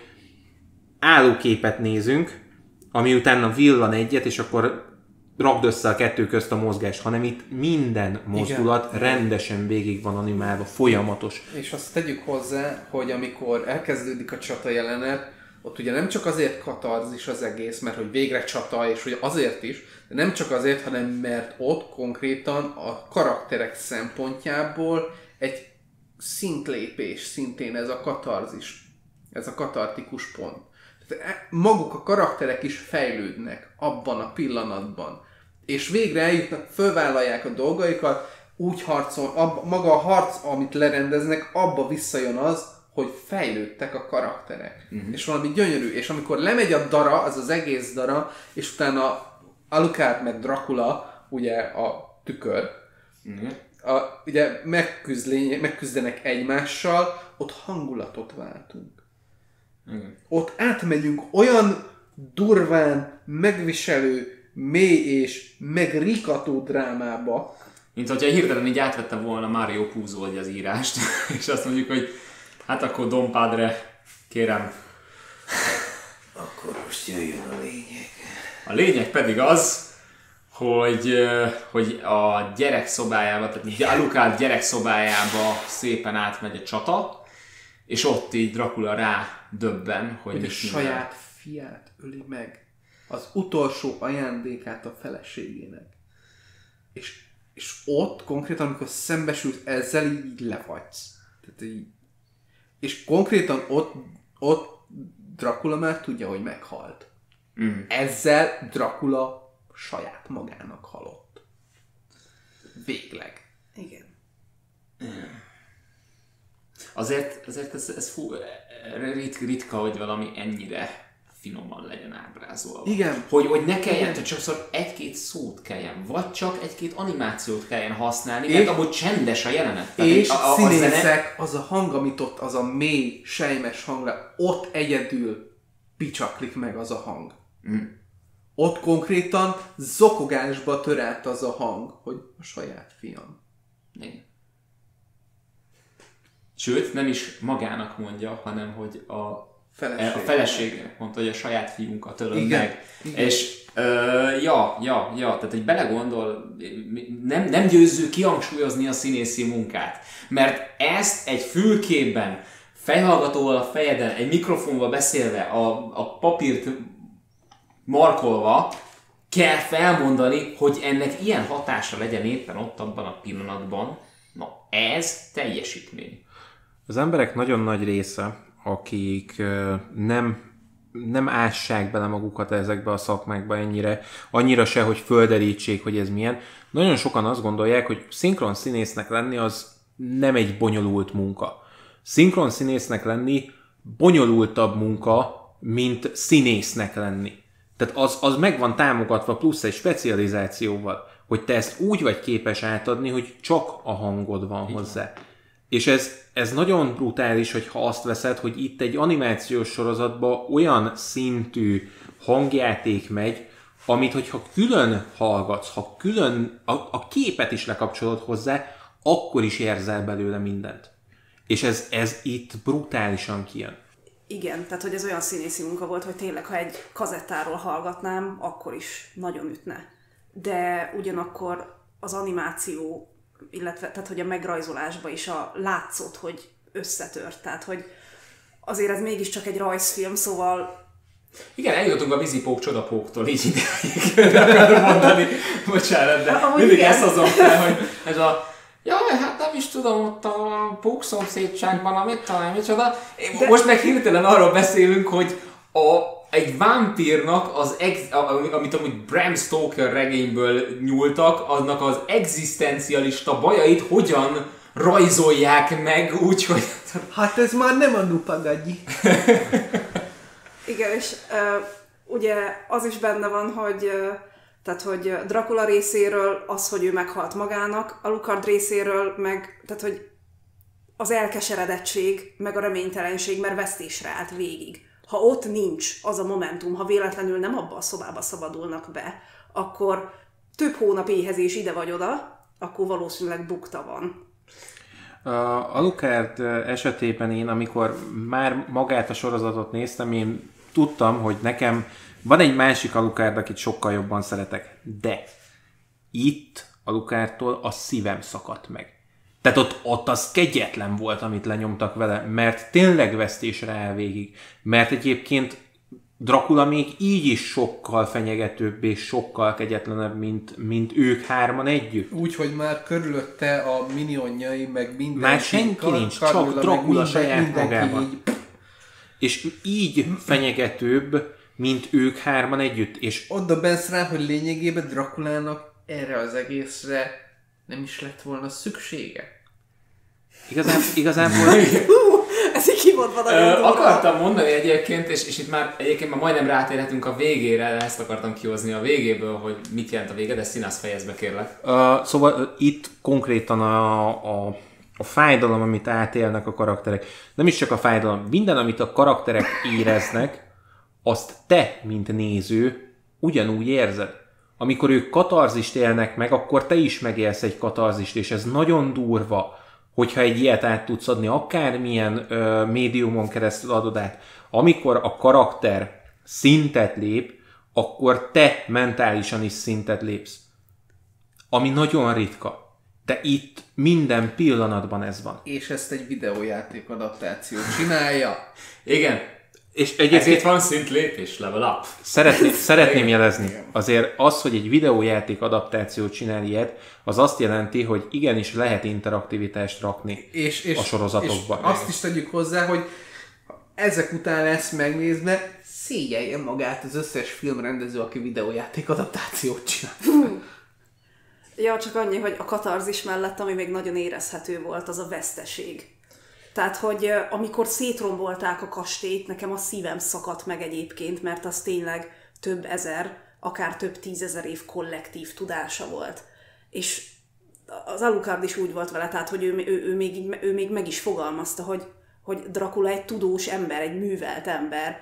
állóképet nézünk, ami utána villan egyet, és akkor rakd össze a kettő közt a mozgást, hanem itt minden mozdulat igen, rendesen végig van animálva, folyamatos. És azt tegyük hozzá, hogy amikor elkezdődik a csata jelenet, ott ugye nem csak azért katarzis az egész, mert hogy végre csata, és hogy azért is, de nem csak azért, hanem mert ott konkrétan a karakterek szempontjából egy szintlépés szintén ez a katarzis, ez a katartikus pont. Tehát maguk a karakterek is fejlődnek abban a pillanatban, és végre eljutnak, fölvállalják a dolgaikat, úgy harcol, abba, maga a harc, amit lerendeznek, abba visszajön az, hogy fejlődtek a karakterek. Uh-huh. És valami gyönyörű. És amikor lemegy a dara, az az egész dara, és utána Alucard meg Dracula, ugye a tükör, uh-huh. a, ugye megküzd, megküzdenek egymással, ott hangulatot váltunk. Uh-huh. Ott átmegyünk olyan durván, megviselő, mély és megrikató drámába. Mint hogyha hirtelen így átvette volna Mario Puzo az írást, és azt mondjuk, hogy hát akkor Don Padre, kérem. Akkor most jöjjön a lényeg. A lényeg pedig az, hogy, hogy a gyerek szobájába, tehát Alucard gyerek szobájába szépen átmegy a csata, és ott így Dracula rá döbben, hogy, hogy a saját fiát öli meg. Az utolsó ajándékát a feleségének. És, és ott konkrétan, amikor szembesült ezzel, így lefagysz. Tehát így. És konkrétan ott, ott Dracula már tudja, hogy meghalt. Mm. Ezzel Dracula saját magának halott. Végleg. Igen. Azért, azért ez, ez fú, rit, ritka, hogy valami ennyire finoman legyen ábrázolva. Igen. Hogy, hogy ne kelljen, hogy sokszor egy-két szót kelljen, vagy csak egy-két animációt kelljen használni, és, mert amúgy csendes a jelenet. Tehát és a, a, színészek, a zene... az a hang, amit ott, az a mély, sejmes hangra, ott egyedül picsaklik meg az a hang. Mm. Ott konkrétan zokogásba tör át az a hang, hogy a saját fiam. Igen. Sőt, nem is magának mondja, hanem hogy a, Feleség. a feleségének mondta, hogy a saját fiunkat ölöd meg. Igen. És ö, ja, ja, ja, tehát hogy belegondol, nem, nem győzzük kihangsúlyozni a színészi munkát. Mert ezt egy fülképben, fejhallgatóval a fejeden, egy mikrofonval beszélve, a, a papírt markolva kell felmondani, hogy ennek ilyen hatása legyen éppen ott abban a pillanatban. Na, ez teljesítmény. Az emberek nagyon nagy része, akik nem, nem ássák bele magukat ezekbe a szakmákba ennyire, annyira se, hogy földerítsék, hogy ez milyen. Nagyon sokan azt gondolják, hogy szinkron színésznek lenni az nem egy bonyolult munka. Szinkron színésznek lenni bonyolultabb munka, mint színésznek lenni. Tehát az, az meg van támogatva plusz egy specializációval, hogy te ezt úgy vagy képes átadni, hogy csak a hangod van igen. hozzá. És ez, ez nagyon brutális, hogyha azt veszed, hogy itt egy animációs sorozatban olyan szintű hangjáték megy, amit hogyha külön hallgatsz, ha külön a, a képet is lekapcsolod hozzá, akkor is érzel belőle mindent. És ez, ez itt brutálisan kijön. Igen, tehát hogy ez olyan színészi munka volt, hogy tényleg, ha egy kazettáról hallgatnám, akkor is nagyon ütne. De ugyanakkor az animáció, illetve tehát, hogy a megrajzolásban is a látszott, hogy összetört. Tehát, hogy azért ez mégiscsak egy rajzfilm, szóval... Igen, eljutottunk a vízipók csodapóktól, így ideig akarom mondani. Bocsánat, de ahogy mindig igen. ezt azon fel, hogy ez a... Jaj, hát nem is tudom, ott a pók szomszédságban, amit talán micsoda. De... Most meg hirtelen arról beszélünk, hogy a, egy vámpírnak, az ex, amit amúgy Bram Stoker regényből nyúltak, annak az egzisztencialista bajait hogyan rajzolják meg úgy, hogy... Hát ez már nem a Nupagagyi. Igen, és uh, ugye az is benne van, hogy... Uh, Tehát, hogy Dracula részéről az, hogy ő meghalt magának, Alucard részéről meg, tehát, hogy az elkeseredettség, meg a reménytelenség, mert vesztésre állt végig. Ha ott nincs az a momentum, ha véletlenül nem abba a szobába szabadulnak be, akkor több hónap éhezés ide vagy oda, akkor valószínűleg bukta van. A Alucard esetében én, amikor már magát a sorozatot néztem, én tudtam, hogy nekem van egy másik Alucard, akit sokkal jobban szeretek, de itt Alucardtól a szívem szakadt meg. Tehát ott, ott az kegyetlen volt, amit lenyomtak vele, mert tényleg vesztésre áll végig. Mert egyébként Dracula még így is sokkal fenyegetőbb és sokkal kegyetlenebb, mint, mint ők hárman együtt. Úgy, hogy már körülötte a minionjai, meg mindenki. Már senki nincs, csak Dracula saját magában. Így... És így fenyegetőbb, mint ők hárman együtt. És ott döbbensz rá, hogy lényegében Draculának erre az egészre nem is lett volna szüksége. Igazán, igazából... Ez így kimondva nagyon durva. Akartam mondani egyébként, és, és itt már egyébként már majdnem rátérhetünk a végére, de ezt akartam kihozni a végéből, hogy mit jelent a vége, de Színász fejezd be, kérlek. Uh, szóval uh, itt konkrétan a, a, a fájdalom, amit átélnek a karakterek, nem is csak a fájdalom, minden, amit a karakterek éreznek, azt te, mint néző, ugyanúgy érzed. Amikor ők katarzist élnek meg, akkor te is megélsz egy katarzist, és ez nagyon durva, hogyha egy ilyet át tudsz adni, akármilyen ö, médiumon keresztül adod át. Amikor a karakter szintet lép, akkor te mentálisan is szintet lépsz. Ami nagyon ritka. De itt minden pillanatban ez van. És ezt egy videójáték adaptáció csinálja. Igen. És egyébként ezért van szintlépés, level up. Szeretném, szeretném jelezni, azért az, hogy egy videójáték adaptációt csinál ilyet, az azt jelenti, hogy igenis lehet interaktivitást rakni és, és, a sorozatokba. És azt is tegyük hozzá, hogy ezek után ezt megnézve szégyelje magát az összes filmrendező, aki videójáték adaptációt csinál. Ja, csak annyi, hogy a katarzis mellett, ami még nagyon érezhető volt, az a veszteség. Tehát, hogy amikor szétrombolták a kastélyt, nekem a szívem szakadt meg egyébként, mert az tényleg több ezer, akár több tízezer év kollektív tudása volt. És az Alucard is úgy volt vele, tehát, hogy ő, ő, ő, még, ő még meg is fogalmazta, hogy, hogy Dracula egy tudós ember, egy művelt ember,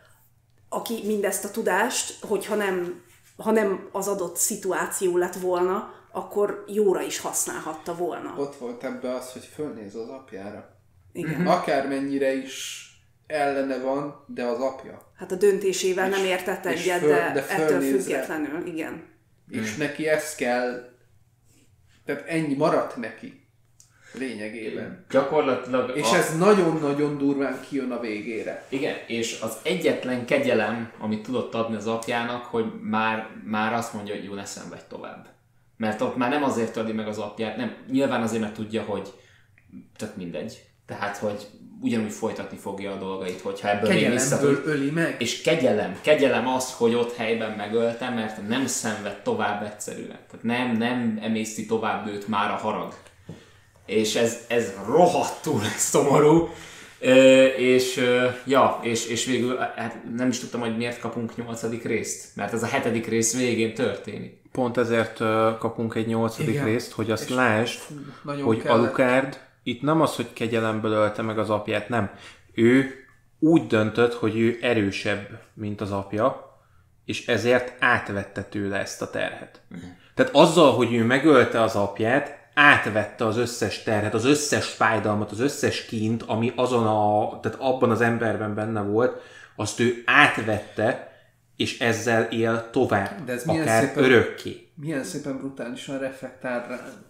aki mindezt a tudást, hogyha nem, ha nem az adott szituáció lett volna, akkor jóra is használhatta volna. Ott volt ebbe az, hogy fölnéz az apjára. Igen. Akármennyire is ellene van, de az apja. Hát a döntésével és, nem értett egyet, föl, de, de ettől függetlenül, igen. És mm. neki ez kell, tehát ennyi maradt neki lényegében. Gyakorlatilag... És a... ez nagyon-nagyon durván kijön a végére. Igen, és az egyetlen kegyelem, amit tudott adni az apjának, hogy már, már azt mondja, hogy jó, ne szenvedj tovább. Mert ott már nem azért öli meg az apját, nem, nyilván azért, mert tudja, hogy tök mindegy. Tehát, hogy ugyanúgy folytatni fogja a dolgait, hogyha ebből még visszatud. Öli meg. És kegyelem, kegyelem az, hogy ott helyben megölte, mert nem szenved tovább egyszerűen. Tehát nem, nem emészti tovább őt már a harag. És ez, ez rohadtul szomorú. Ö, és, ö, ja, és, és végül hát nem is tudtam, hogy miért kapunk nyolcadik részt. Mert ez a hetedik rész végén történik. Pont ezért uh, kapunk egy nyolcadik Igen. részt, hogy azt és lásd, fú, hogy kellett. Alucard itt nem az, hogy kegyelemből ölte meg az apját, nem. Ő úgy döntött, hogy ő erősebb, mint az apja, és ezért átvette tőle ezt a terhet. Uh-huh. Tehát azzal, hogy ő megölte az apját, átvette az összes terhet, az összes fájdalmat, az összes kínt, ami azon a, tehát abban az emberben benne volt, azt ő átvette, és ezzel él tovább, de ez akár szépen, örökké. Milyen szépen brutálisan reflektál ránk.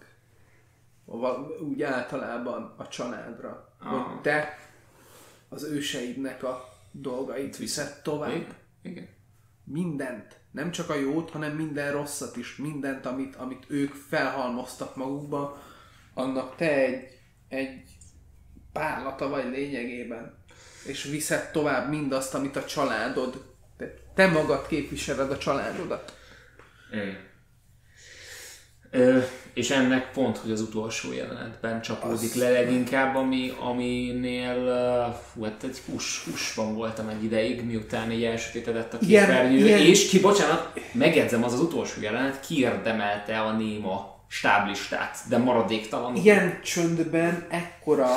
Úgy általában a családra, ah. hogy te az őseidnek a dolgait viszed tovább. Igen. Igen. Mindent. Nem csak a jót, hanem minden rosszat is. Mindent, amit, amit ők felhalmoztak magukba, annak te egy, egy párlata vagy lényegében. És viszed tovább mindazt, amit a családod, te, te magad képviseled a családodat. Igen. Ö, és ennek pont, hogy az utolsó jelenetben csapódik az... le leginkább, ami, aminél fú, hát egy hús, húsban voltam egy ideig, miután így elsötétedett a képernyő, és ki, bocsánat, megjegyzem, az az utolsó jelenet kiérdemelte a Néma stáblistát, de maradéktalanul. Ilyen csöndben ekkora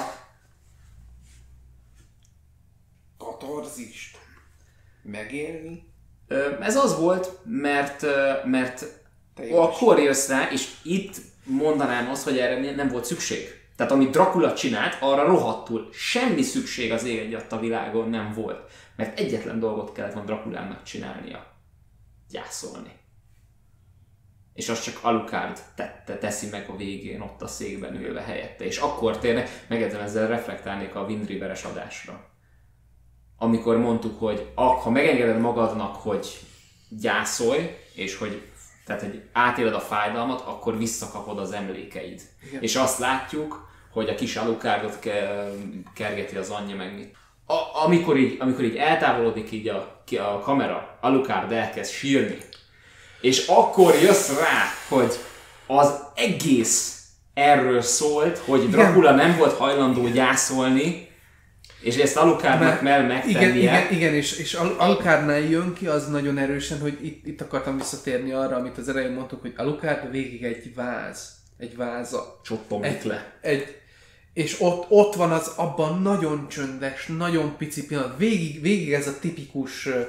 katarzist megélni? Ö, ez az volt, mert, mert akkor jössz rá, és itt mondanám azt, hogy erre nem volt szükség. Tehát amit Dracula csinált, arra rohadtul semmi szükség az ég egyatt a világon nem volt. Mert egyetlen dolgot kellett volna Draculának csinálnia. Gyászolni. És azt csak Alucard tette, teszi meg a végén ott a székben ülve helyette. És akkor tényleg, megedzem, ezzel reflektálnék a Wind River-es adásra. Amikor mondtuk, hogy ha megengeded magadnak, hogy gyászolj, és hogy tehát, hogy átéled a fájdalmat, akkor visszakapod az emlékeid. Igen. És azt látjuk, hogy a kis Alucardot kergeti az anyja meg mit. A, amikor, így, amikor így eltávolodik így a, a kamera, Alucard elkezd sírni. És akkor jössz rá, hogy az egész erről szólt, hogy Dracula nem volt hajlandó gyászolni, és ezt Alucardnak kell megtennie. Igen, igen, igen, és, és Alucardnál jön ki az nagyon erősen, hogy itt, itt akartam visszatérni arra, amit az elején mondtuk, hogy Alucard végig egy váz, egy váza. Csoppomlik le. Egy, és ott, ott van az abban nagyon csöndes, nagyon pici pillanat. Végig, végig ez a tipikus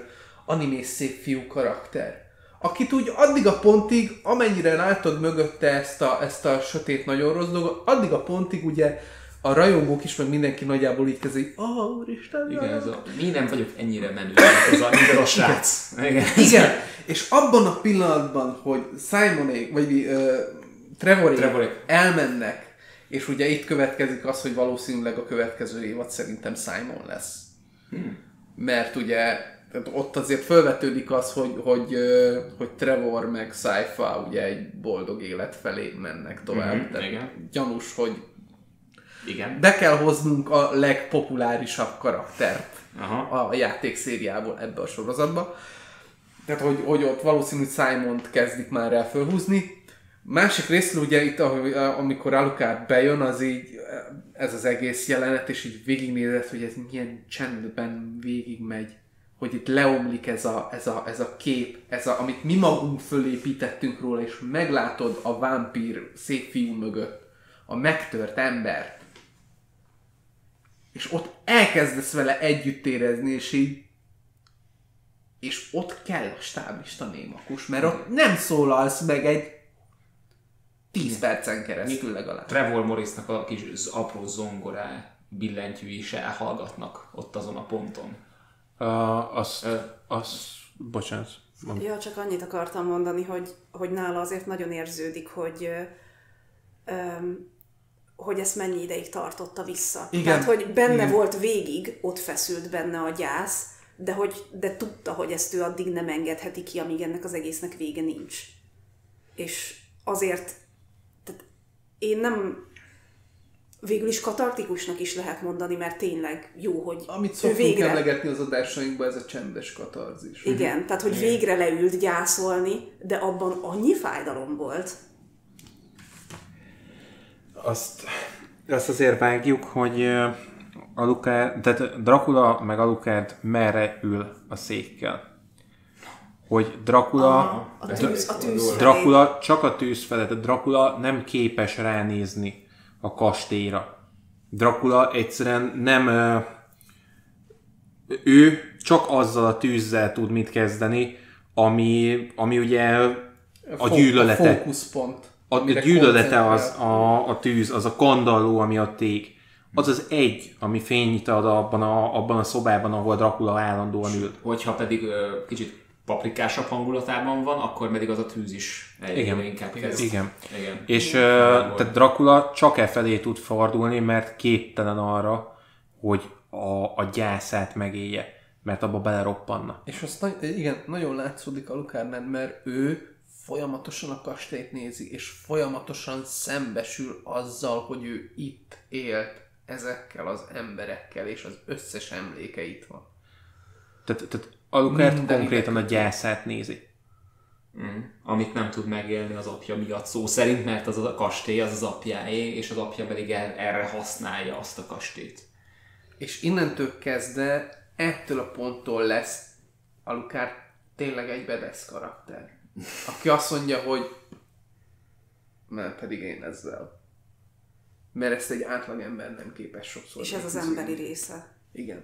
animés szép fiú karakter. Akit úgy addig a pontig, amennyire látod mögötte ezt a, ezt a sötét, nagyon rossz dolgot, addig a pontig ugye a rajongók is, meg mindenki nagyjából így kezdi, ah, oh, úristen, igen, ez a, mi nem vagyok ennyire menő, ez a minden a srác. Igen. Igen, és abban a pillanatban, hogy Simonék, vagy uh, Trevorék, Trevorék elmennek, és ugye itt következik az, hogy valószínűleg a következő évad szerintem Simon lesz. Hmm. Mert ugye ott azért felvetődik az, hogy, hogy, hogy Trevor meg Sypha ugye egy boldog élet felé mennek tovább. Mm-hmm, tehát igen. Gyanús, hogy igen. be kell hoznunk a legpopulárisabb karaktert aha. a játékszériából ebbe a sorozatba. Tehát, hogy, hogy ott valószínű Simont kezdik már el fölhúzni. Másik részről ugye itt, amikor Alucard bejön, az így ez az egész jelenet, és így végignézed, hogy ez milyen csendben végigmegy. Hogy itt leomlik ez a, ez a, ez a kép, ez a, amit mi magunk fölépítettünk róla, és meglátod a vámpír szép fiú mögött a megtört embert. És ott elkezdesz vele együtt érezni, és így és ott kell a stáblista némakus, mert ott nem szólalsz meg egy tíz percen keresztül legalább. Trevor Morrisnak a kis apró zongorá billentyűi is elhallgatnak ott azon a ponton. Uh, azt, uh, azt, bocsánat. Mond. Ja, csak annyit akartam mondani, hogy, hogy nála azért nagyon érződik, hogy, um, hogy ezt mennyi ideig tartotta vissza. Igen. Tehát, hogy benne Igen. volt végig, ott feszült benne a gyász, de, hogy, de tudta, hogy ezt ő addig nem engedheti ki, amíg ennek az egésznek vége nincs. És azért, tehát én nem... Végül is katartikusnak is lehet mondani, mert tényleg jó, hogy amit szoktunk végre... emlegetni az adásainkban, ez a csendes katarzis. Igen, uh-huh. tehát hogy igen. végre leült gyászolni, de abban annyi fájdalom volt. Azt, azt azért vágjuk, hogy Alucard, tehát Dracula meg Alucard merre ül a székkel. Hogy Dracula, Aha, a tűz, a tűz Dracula csak a tűz felé, tehát Dracula nem képes ránézni a kastélyra. Dracula egyszerűen nem... Ő csak azzal a tűzzel tud mit kezdeni, ami, ami ugye a gyűlölete. A fókuszpont. A, a gyűlölete az a, a tűz, az a kandalló, ami ott ég. Az az egy, ami fényt ad abban a, abban a szobában, ahol Dracula állandóan ül. Hogyha pedig ö, kicsit paprikásabb hangulatában van, akkor pedig az a tűz is igen. inkább kezd. Igen. Igen. És igen. Uh, tehát Dracula csak e felé tud fordulni, mert képtelen arra, hogy a, a gyászát megélje, mert abba beleroppanna. És azt na- igen, nagyon látszódik Alucardnál, mert ő folyamatosan a kastélyt nézi, és folyamatosan szembesül azzal, hogy ő itt élt ezekkel az emberekkel, és az összes emléke itt van. Tehát, tehát Alucard minden konkrétan a gyászát nézi. Mm. Amit nem tud megélni az apja miatt szó szerint, mert az a kastély az az apjáé, és az apja pedig el, erre használja azt a kastélyt. És innentől kezdve, ettől a ponttól lesz Alucard tényleg egy bedesz karakter. Aki azt mondja, hogy nem pedig én ezzel. Mert ezt egy átlag ember nem képes sokszor. És ez az emberi része. Igen.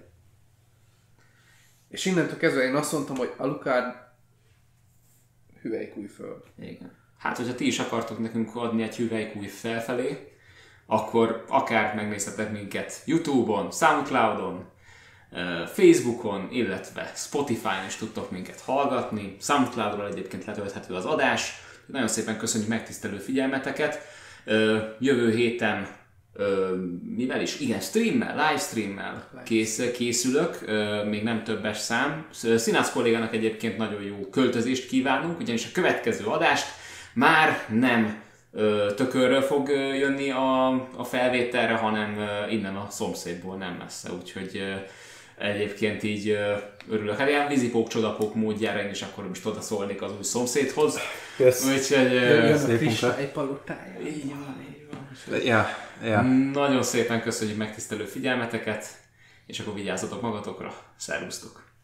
És innentől kezdve én azt mondtam, hogy Alucard hüvelykúj föl. Igen. Hát, hogyha ti is akartok nekünk adni egy hüvelykúj felfelé, akkor akár megnézhetek minket YouTube-on, Soundcloud-on, Facebookon, illetve Spotify-on is tudtok minket hallgatni. Soundcloud-ról egyébként letölthető az adás. Nagyon szépen köszönjük megtisztelő figyelmeteket. Jövő héten mivel is? Igen, streammel, livestreammel kész, készülök, még nem többes szám. Színász kollégának egyébként nagyon jó költözést kívánunk, ugyanis a következő adást már nem tökörről fog jönni a, a felvételre, hanem innen a szomszédból, nem messze, úgyhogy egyébként így örülök. Hát ilyen vízipók, csodapók módjára én is akkor most oda szólnék az új szomszédhoz. Yes. Úgyhogy... Jön a kristály palotája. Így van, így van. Ja, ja. Nagyon szépen köszönjük megtisztelő figyelmeteket, és akkor vigyázzatok magatokra. Szervusztok!